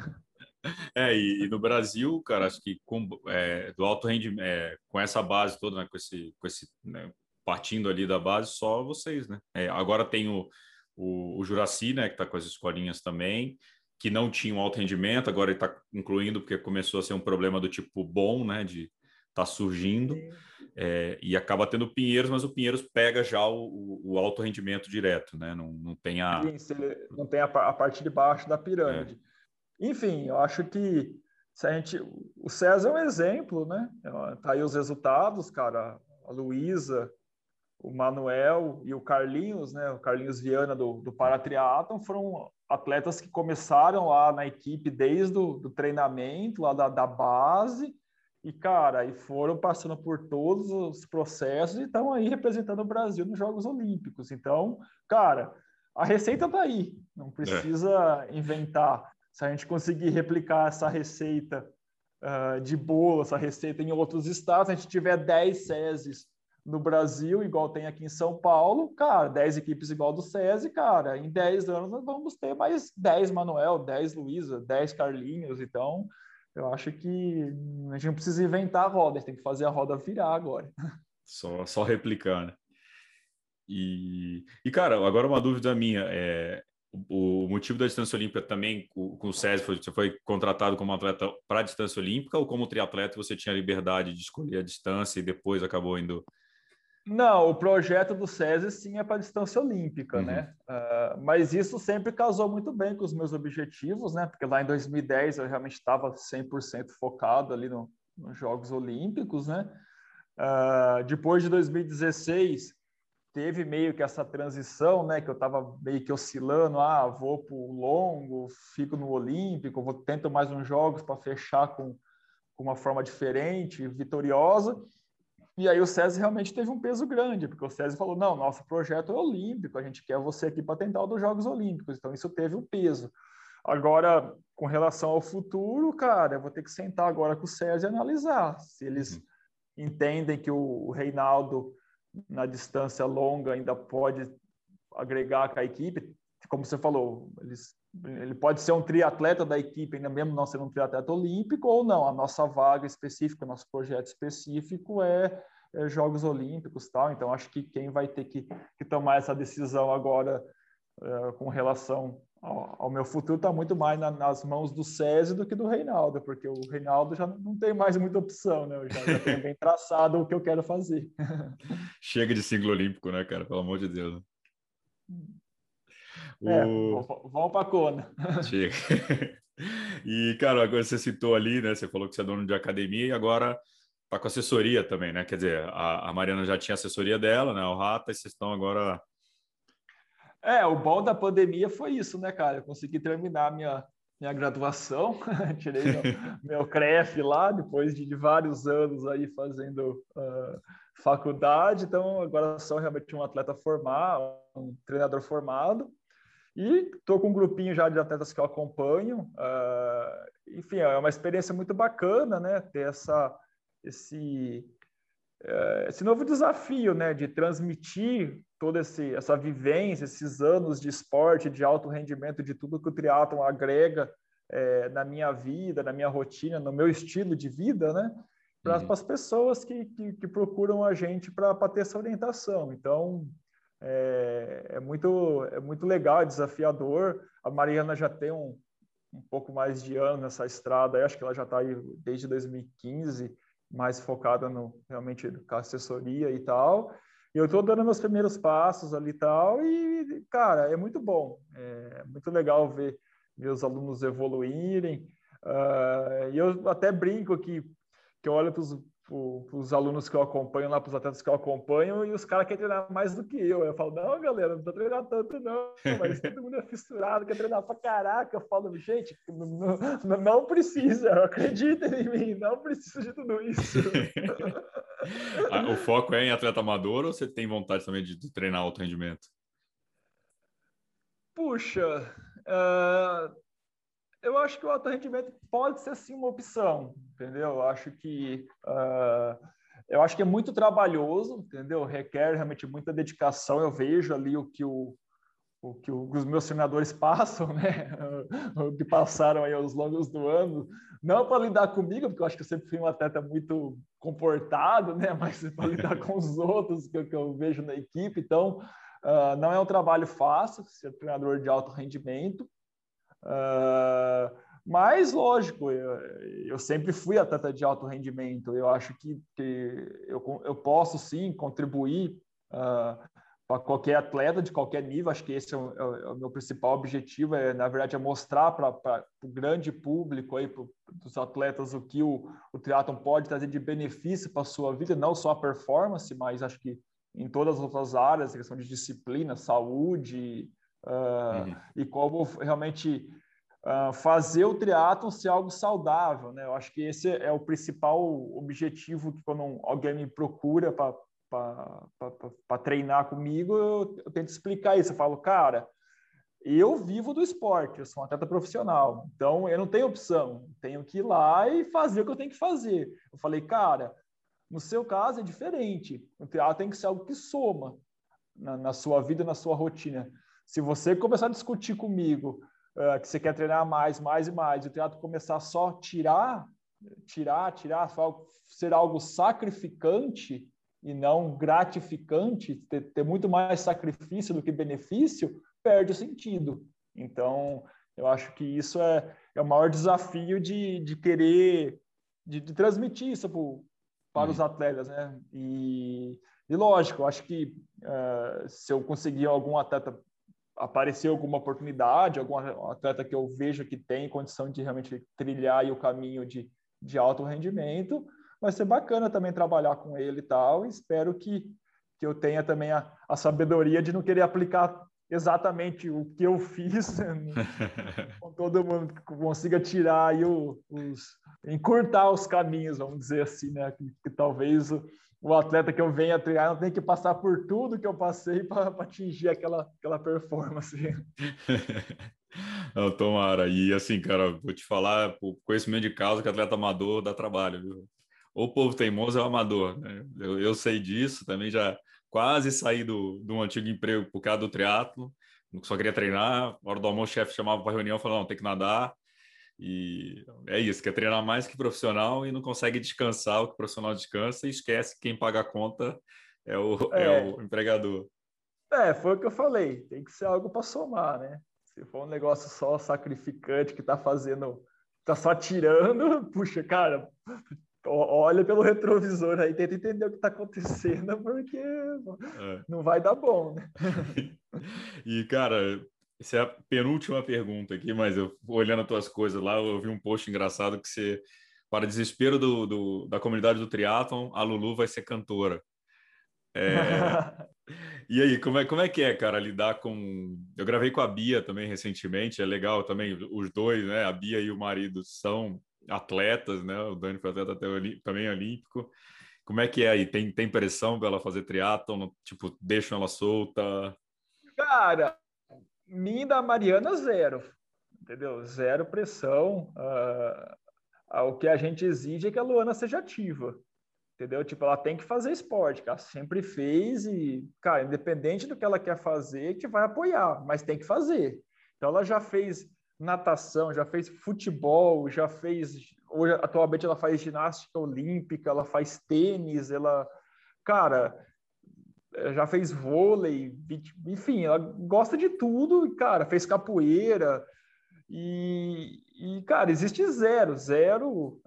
E no Brasil, cara, acho que do alto rendimento, com essa base toda, né, com esse né, partindo ali da base, só vocês, né? Agora tem o Juraci, né, que está com as escolinhas também, que não tinha um alto rendimento, agora ele está incluindo porque começou a ser um problema do tipo bom, né, de tá surgindo, e acaba tendo o Pinheiros, mas o Pinheiros pega já o alto rendimento direto, né? Não tem não tem a parte de baixo da pirâmide. Enfim, eu acho que o César é um exemplo, né? Tá aí os resultados, cara. A Luísa, o Manuel e o Carlinhos, né? O Carlinhos Viana do Paratriatlon foram atletas que começaram lá na equipe desde do treinamento, lá da base, e, cara, e foram passando por todos os processos e estão aí representando o Brasil nos Jogos Olímpicos. Então, cara, a receita tá aí, não precisa inventar. Se a gente conseguir replicar essa receita de bolo, essa receita em outros estados, se a gente tiver 10 SESIs no Brasil, igual tem aqui em São Paulo, cara, 10 equipes igual do SESI, cara, em 10 anos nós vamos ter mais 10 Manuel, 10 Luísa, 10 Carlinhos, então eu acho que a gente não precisa inventar a roda, a gente tem que fazer a roda virar agora. Só replicar, né? Cara, agora uma dúvida minha, o motivo da distância olímpica também com o SESI, você foi contratado como atleta para a distância olímpica ou como triatleta você tinha liberdade de escolher a distância e depois acabou indo Não, o projeto do SESI sim é para a distância olímpica, né? Mas isso sempre casou muito bem com os meus objetivos, né? Porque lá em 2010 eu realmente estava 100% focado ali nos Jogos Olímpicos, né? Depois de 2016 teve meio que essa transição, né? Que eu estava meio que oscilando, vou para o longo, fico no Olímpico, tento mais uns jogos para fechar com uma forma diferente, vitoriosa. E aí o SESI realmente teve um peso grande, porque o SESI falou, não, nosso projeto é olímpico, a gente quer você aqui para tentar o dos Jogos Olímpicos, então isso teve um peso. Agora, com relação ao futuro, cara, eu vou ter que sentar agora com o SESI e analisar se eles entendem que o Reinaldo, na distância longa, ainda pode agregar com a equipe, como você falou, ele pode ser um triatleta da equipe, ainda mesmo não sendo um triatleta olímpico, ou não, a nossa vaga específica, nosso projeto específico é Jogos Olímpicos, tal. Então acho que quem vai ter que tomar essa decisão agora com relação ao meu futuro está muito mais nas mãos do SESI do que do Reinaldo, porque o Reinaldo já não tem mais muita opção, né? Eu já tenho bem traçado o que eu quero fazer. Chega de ciclo olímpico, né, cara? Pelo amor de Deus. O... Vamos para a Kona. Chega. E, cara, agora você citou ali, né? Você falou que você é dono de academia e agora tá com assessoria também, né? Quer dizer, a Mariana já tinha assessoria dela, né? O Rata, e vocês estão agora. O bom da pandemia foi isso, né, cara? Eu consegui terminar minha graduação, tirei meu CREF lá, depois de vários anos aí fazendo faculdade, então agora sou realmente um atleta formado, um treinador formado, e estou com um grupinho já de atletas que eu acompanho. Enfim, é uma experiência muito bacana, né? Ter esse novo desafio, né? De transmitir toda essa vivência, esses anos de esporte, de alto rendimento, de tudo que o triatlon agrega na minha vida, na minha rotina, no meu estilo de vida, né? Para as pessoas que procuram a gente para ter essa orientação. Então, é muito legal, é desafiador. A Mariana já tem um pouco mais de ano nessa estrada, eu acho que ela já está aí desde 2015, mais focada realmente com a assessoria e tal. E eu estou dando meus primeiros passos ali e tal, e, cara, é muito bom. É muito legal ver meus alunos evoluírem. E eu até brinco que eu olho para os alunos que eu acompanho lá, para os atletas que eu acompanho, e os caras querem treinar mais do que eu. Eu falo, não, galera, não estou treinando tanto, não, mas todo mundo é fissurado, quer treinar pra caraca. Eu falo, gente, não precisa, acreditem em mim, não precisa de tudo isso. O foco é em atleta amador ou você tem vontade também de treinar alto rendimento? Puxa, eu acho que o alto rendimento pode ser sim uma opção, entendeu? Eu acho que é muito trabalhoso, entendeu? Requer realmente muita dedicação. Eu vejo ali o que os meus treinadores passam, né? O que passaram aí aos longos do ano, não para lidar comigo, porque eu acho que eu sempre fui um atleta muito comportado, né? Mas para lidar com os outros que eu vejo na equipe. Então, não é um trabalho fácil ser treinador de alto rendimento. Mas, lógico, eu sempre fui atleta de alto rendimento. Eu acho que eu posso, sim, contribuir para qualquer atleta de qualquer nível. Acho que esse é o meu principal objetivo, na verdade, é mostrar para o grande público, dos atletas, o que o triatlon pode trazer de benefício para a sua vida, não só a performance, mas acho que em todas as outras áreas, a questão de disciplina, saúde, e como realmente fazer o triatlon ser algo saudável, né? Eu acho que esse é o principal objetivo que quando alguém me procura para treinar comigo, eu tento explicar isso. Eu falo, cara, eu vivo do esporte, eu sou um atleta profissional, então eu não tenho opção, tenho que ir lá e fazer o que eu tenho que fazer. Eu falei, cara, no seu caso é diferente, o triatlon tem que ser algo que soma na sua vida, na sua rotina. Se você começar a discutir comigo que você quer treinar mais e mais, e o triatlo começar só a tirar, ser algo sacrificante e não gratificante, ter muito mais sacrifício do que benefício, perde o sentido. Então, eu acho que isso é o maior desafio de querer de transmitir isso para os atletas, né? E E lógico, acho que se eu conseguir algum atleta, aparecer alguma oportunidade, algum atleta que eu vejo que tem condição de realmente trilhar aí o caminho de alto rendimento, vai ser bacana também trabalhar com ele e tal, e espero que eu tenha também a sabedoria de não querer aplicar exatamente o que eu fiz com todo mundo, que consiga tirar aí encurtar os caminhos, vamos dizer assim, né? Que talvez o atleta que eu venha treinar não tenha que passar por tudo que eu passei para atingir aquela performance. Não, tomara. E assim, cara, vou te falar, por conhecimento de causa, que atleta amador dá trabalho, viu? O povo teimoso é o amador, né? Eu sei disso, também já quase saí de um antigo emprego por causa do triatlo, só queria treinar, na hora do almoço o chefe chamava para reunião e falou, não, tem que nadar, e é isso, quer treinar mais que profissional e não consegue descansar o que o profissional descansa e esquece que quem paga a conta é É, o empregador. foi o que eu falei, tem que ser algo para somar, né? Se for um negócio só sacrificante que tá fazendo, tá só tirando, puxa, cara, olha pelo retrovisor aí, tenta entender o que está acontecendo, porque É. não vai dar bom, né? E, cara, essa é a penúltima pergunta aqui, mas eu olhando as tuas coisas lá, eu vi um post engraçado que você, para desespero da comunidade do triatlon, a Lulu vai ser cantora. É, e aí, como é que é, cara, lidar com... Eu gravei com a Bia também recentemente, é legal também, os dois, né, a Bia e o marido são atletas, né, o Dani foi atleta também olímpico. Como é que é aí? Tem pressão para ela fazer triatlon? Tipo, deixam ela solta? Cara, mim da Mariana, zero, entendeu? Zero pressão. O que a gente exige é que a Luana seja ativa, entendeu? Tipo, ela tem que fazer esporte, que ela sempre fez e, cara, independente do que ela quer fazer, a gente vai apoiar, mas tem que fazer. Então, ela já fez natação, já fez futebol, já fez... Hoje, atualmente, ela faz ginástica olímpica, ela faz tênis, ela... Cara, já fez vôlei, enfim, ela gosta de tudo, e, cara, fez capoeira cara, existe zero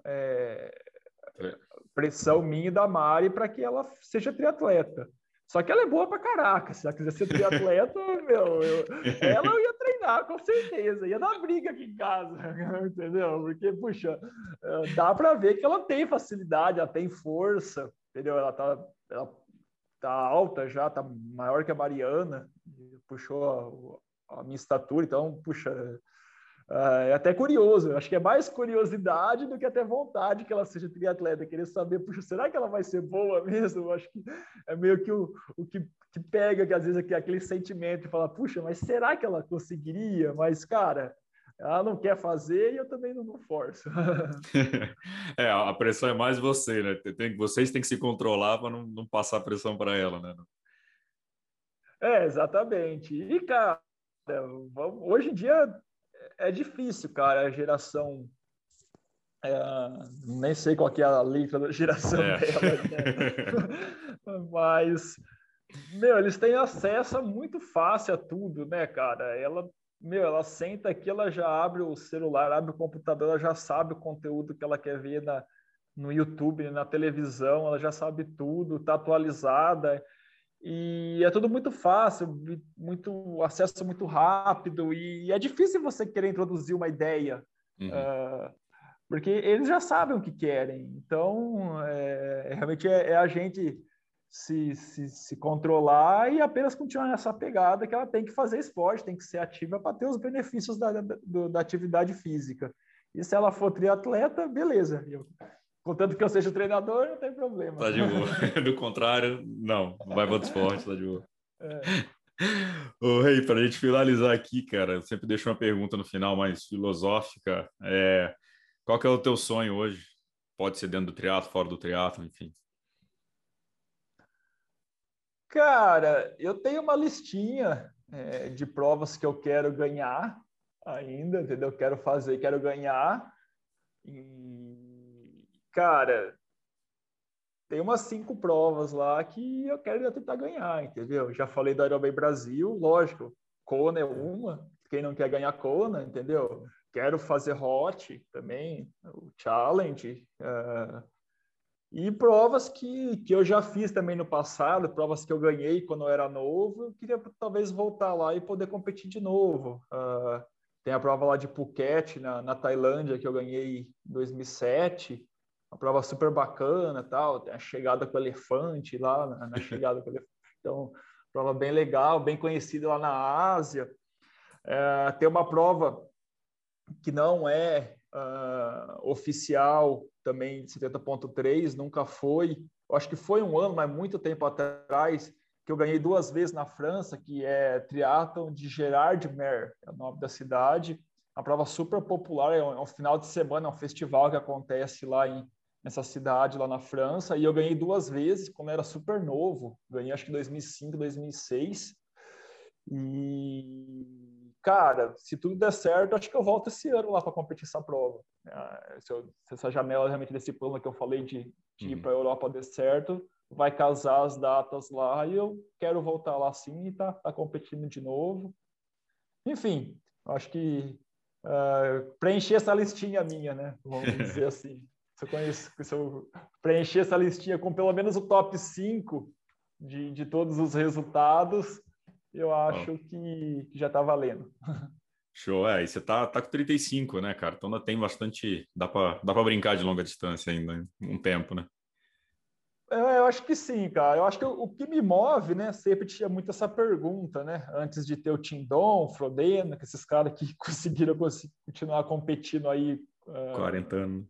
pressão minha e da Mari para que ela seja triatleta. Só que ela é boa pra caraca. Se ela quiser ser triatleta, ela eu ia treinar, com certeza. Ia dar briga aqui em casa, entendeu? Porque, puxa, dá para ver que ela tem facilidade, ela tem força, entendeu? Ela tá alta já, tá maior que a Mariana, puxou a minha estatura, então, puxa, é até curioso, acho que é mais curiosidade do que até vontade que ela seja triatleta, querer saber, puxa, será que ela vai ser boa mesmo? Acho que é meio que o que pega, que às vezes aquele sentimento de falar, puxa, mas será que ela conseguiria? Mas, cara, ela não quer fazer e eu também não forço. É, a pressão é mais você, né? Vocês têm que se controlar para não passar pressão para ela, né? Exatamente. E, cara, hoje em dia é difícil, cara, a geração. Nem sei qual que é a letra da geração É. delas, né? Mas, eles têm acesso muito fácil a tudo, né, cara? Ela senta aqui, ela já abre o celular, abre o computador, ela já sabe o conteúdo que ela quer ver no YouTube, na televisão, ela já sabe tudo, tá atualizada. E é tudo muito fácil, muito acesso muito rápido, e é difícil você querer introduzir uma ideia, Uhum. porque eles já sabem o que querem. Então, realmente é a gente se controlar e apenas continuar nessa pegada que ela tem que fazer esporte, tem que ser ativa para ter os benefícios da atividade física. E se ela for triatleta, beleza. Contanto que eu seja treinador, não tem problema. Tá de boa. Do contrário, não. Vai para outro esporte, tá de boa. É. Ô, Rei, para a gente finalizar aqui, cara, eu sempre deixo uma pergunta no final mais filosófica. Qual que é o teu sonho hoje? Pode ser dentro do triatlo, fora do triatlo, enfim. Cara, eu tenho uma listinha de provas que eu quero ganhar ainda, entendeu? Quero fazer, quero ganhar. E, cara, tem umas 5 provas lá que eu quero tentar ganhar, entendeu? Já falei do Ironman Brasil, lógico. Kona é uma, quem não quer ganhar Kona, entendeu? Quero fazer Hot também, o Challenge. E provas que eu já fiz também no passado, provas que eu ganhei quando eu era novo, eu queria talvez voltar lá e poder competir de novo. Tem a prova lá de Phuket, na Tailândia, que eu ganhei em 2007, uma prova super bacana, tal. Tem a chegada com o elefante lá, na chegada com o elefante. Então, prova bem legal, bem conhecida lá na Ásia. Tem uma prova que não é oficial também de 70.3, nunca foi. Eu acho que foi um ano, mas muito tempo atrás, que eu ganhei 2 vezes na França, que é Triathlon de Gérardmer, é o nome da cidade. Uma prova super popular, é um final de semana, é um festival que acontece lá nessa cidade, lá na França, e eu ganhei 2 vezes, quando eu era super novo. Ganhei acho que 2005, 2006. E, cara, se tudo der certo, acho que eu volto esse ano lá para competir essa prova. Se essa janela realmente desse plano que eu falei de ir para a Europa der certo, vai casar as datas lá e eu quero voltar lá sim e tá competindo de novo. Enfim, acho que preencher essa listinha minha, né? Vamos dizer assim. Se eu preencher essa listinha com pelo menos o top 5 de todos os resultados, eu acho que já está valendo. Show, e você tá com 35, né, cara? Então ainda tem bastante, dá para brincar de longa distância ainda, um tempo, né? Eu acho que sim, cara. Eu acho que o que me move, né? Sempre tinha muito essa pergunta, né? Antes de ter o Tindon, Frodeno, que esses caras que conseguiram continuar competindo aí 40 anos.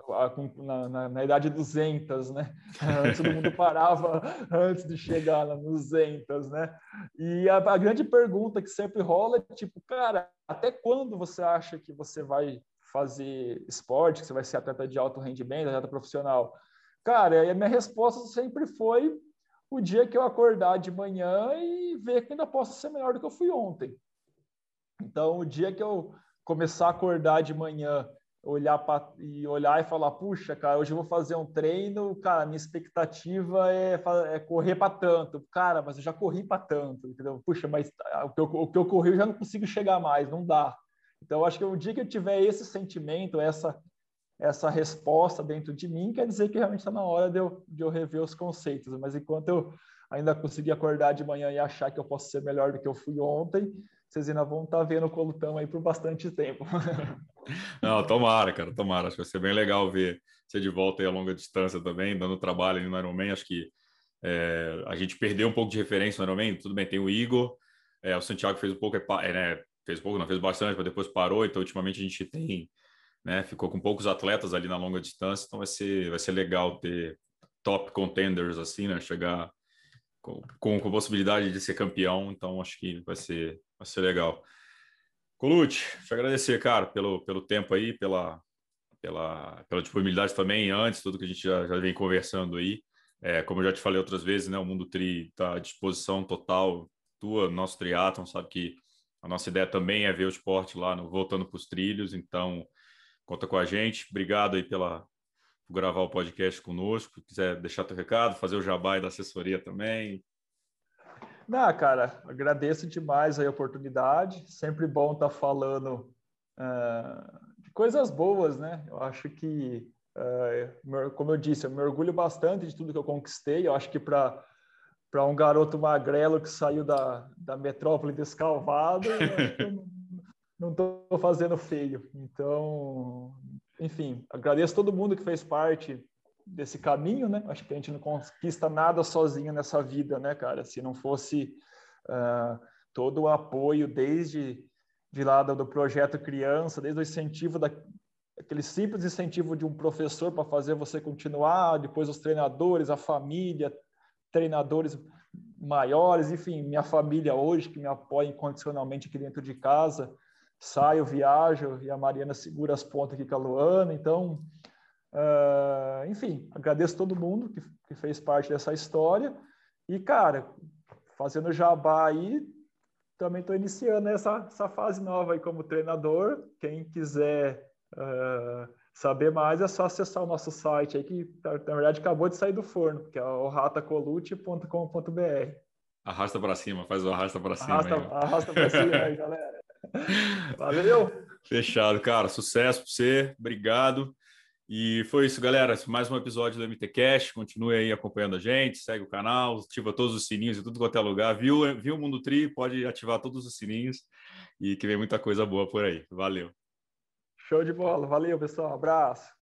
Na idade 200, né? Antes todo mundo parava antes de chegar na 200, né? E a grande pergunta que sempre rola é tipo, cara, até quando você acha que você vai fazer esporte, que você vai ser atleta de alto rendimento, atleta profissional? Cara, a minha resposta sempre foi o dia que eu acordar de manhã e ver que ainda posso ser melhor do que eu fui ontem. Então, o dia que eu começar a acordar de manhã, olhar e falar, puxa, cara, hoje eu vou fazer um treino, cara, minha expectativa é correr para tanto. Cara, mas eu já corri para tanto, entendeu? Puxa, mas o que eu corri eu já não consigo chegar mais, não dá. Então, eu acho que o dia que eu tiver esse sentimento, essa resposta dentro de mim, quer dizer que realmente está na hora de eu rever os conceitos. Mas enquanto eu ainda conseguir acordar de manhã e achar que eu posso ser melhor do que eu fui ontem, vocês ainda vão estar vendo o Colutão aí por bastante tempo. Não, tomara, cara, tomara. Acho que vai ser bem legal ver você de volta aí a longa distância também, dando trabalho ali no Ironman. Acho que a gente perdeu um pouco de referência no Ironman. Tudo bem, tem o Igor, o Santiago fez um pouco, né? Fez pouco, não fez bastante, mas depois parou. Então, ultimamente a gente tem, né? Ficou com poucos atletas ali na longa distância. Então, vai ser legal ter top contenders assim, né? Chegar com possibilidade de ser campeão. Então, acho que vai ser legal. Colucci, te agradecer, cara, pelo tempo aí, pela disponibilidade também, antes, tudo que a gente já vem conversando aí. Como eu já te falei outras vezes, né, o Mundo Tri está à disposição total tua, nosso triatlon, sabe que a nossa ideia também é ver o esporte lá, voltando para os trilhos, então conta com a gente. Obrigado aí por gravar o podcast conosco. Se quiser deixar teu recado, fazer o jabá da assessoria também. Não, cara, agradeço demais a oportunidade. Sempre bom estar falando de coisas boas, né? Eu acho que, como eu disse, eu me orgulho bastante de tudo que eu conquistei. Eu acho que para um garoto magrelo que saiu da metrópole descalvado, eu acho que eu não estou fazendo feio. Então, enfim, agradeço todo mundo que fez parte desse caminho, né? Acho que a gente não conquista nada sozinho nessa vida, né, cara? Se não fosse todo o apoio desde de lá do projeto criança, desde o incentivo aquele simples incentivo de um professor para fazer você continuar, depois os treinadores, a família, treinadores maiores, enfim, minha família hoje que me apoia incondicionalmente aqui dentro de casa, saio, viajo e a Mariana segura as pontas aqui com a Luana, então enfim, agradeço todo mundo que fez parte dessa história. E, cara, fazendo jabá aí, também estou iniciando essa fase nova aí como treinador. Quem quiser saber mais, é só acessar o nosso site aí, que na verdade acabou de sair do forno, que é o ratacolute.com.br. Arrasta para cima, faz o arrasta para cima aí. Arrasta para cima aí, galera. Valeu! Fechado, cara. Sucesso para você. Obrigado. E foi isso, galera. Mais um episódio do MT Cash. Continue aí acompanhando a gente, segue o canal, ativa todos os sininhos em tudo quanto é lugar. Viu o Mundo Tri? Pode ativar todos os sininhos e que vem muita coisa boa por aí. Valeu. Show de bola. Valeu, pessoal. Abraço.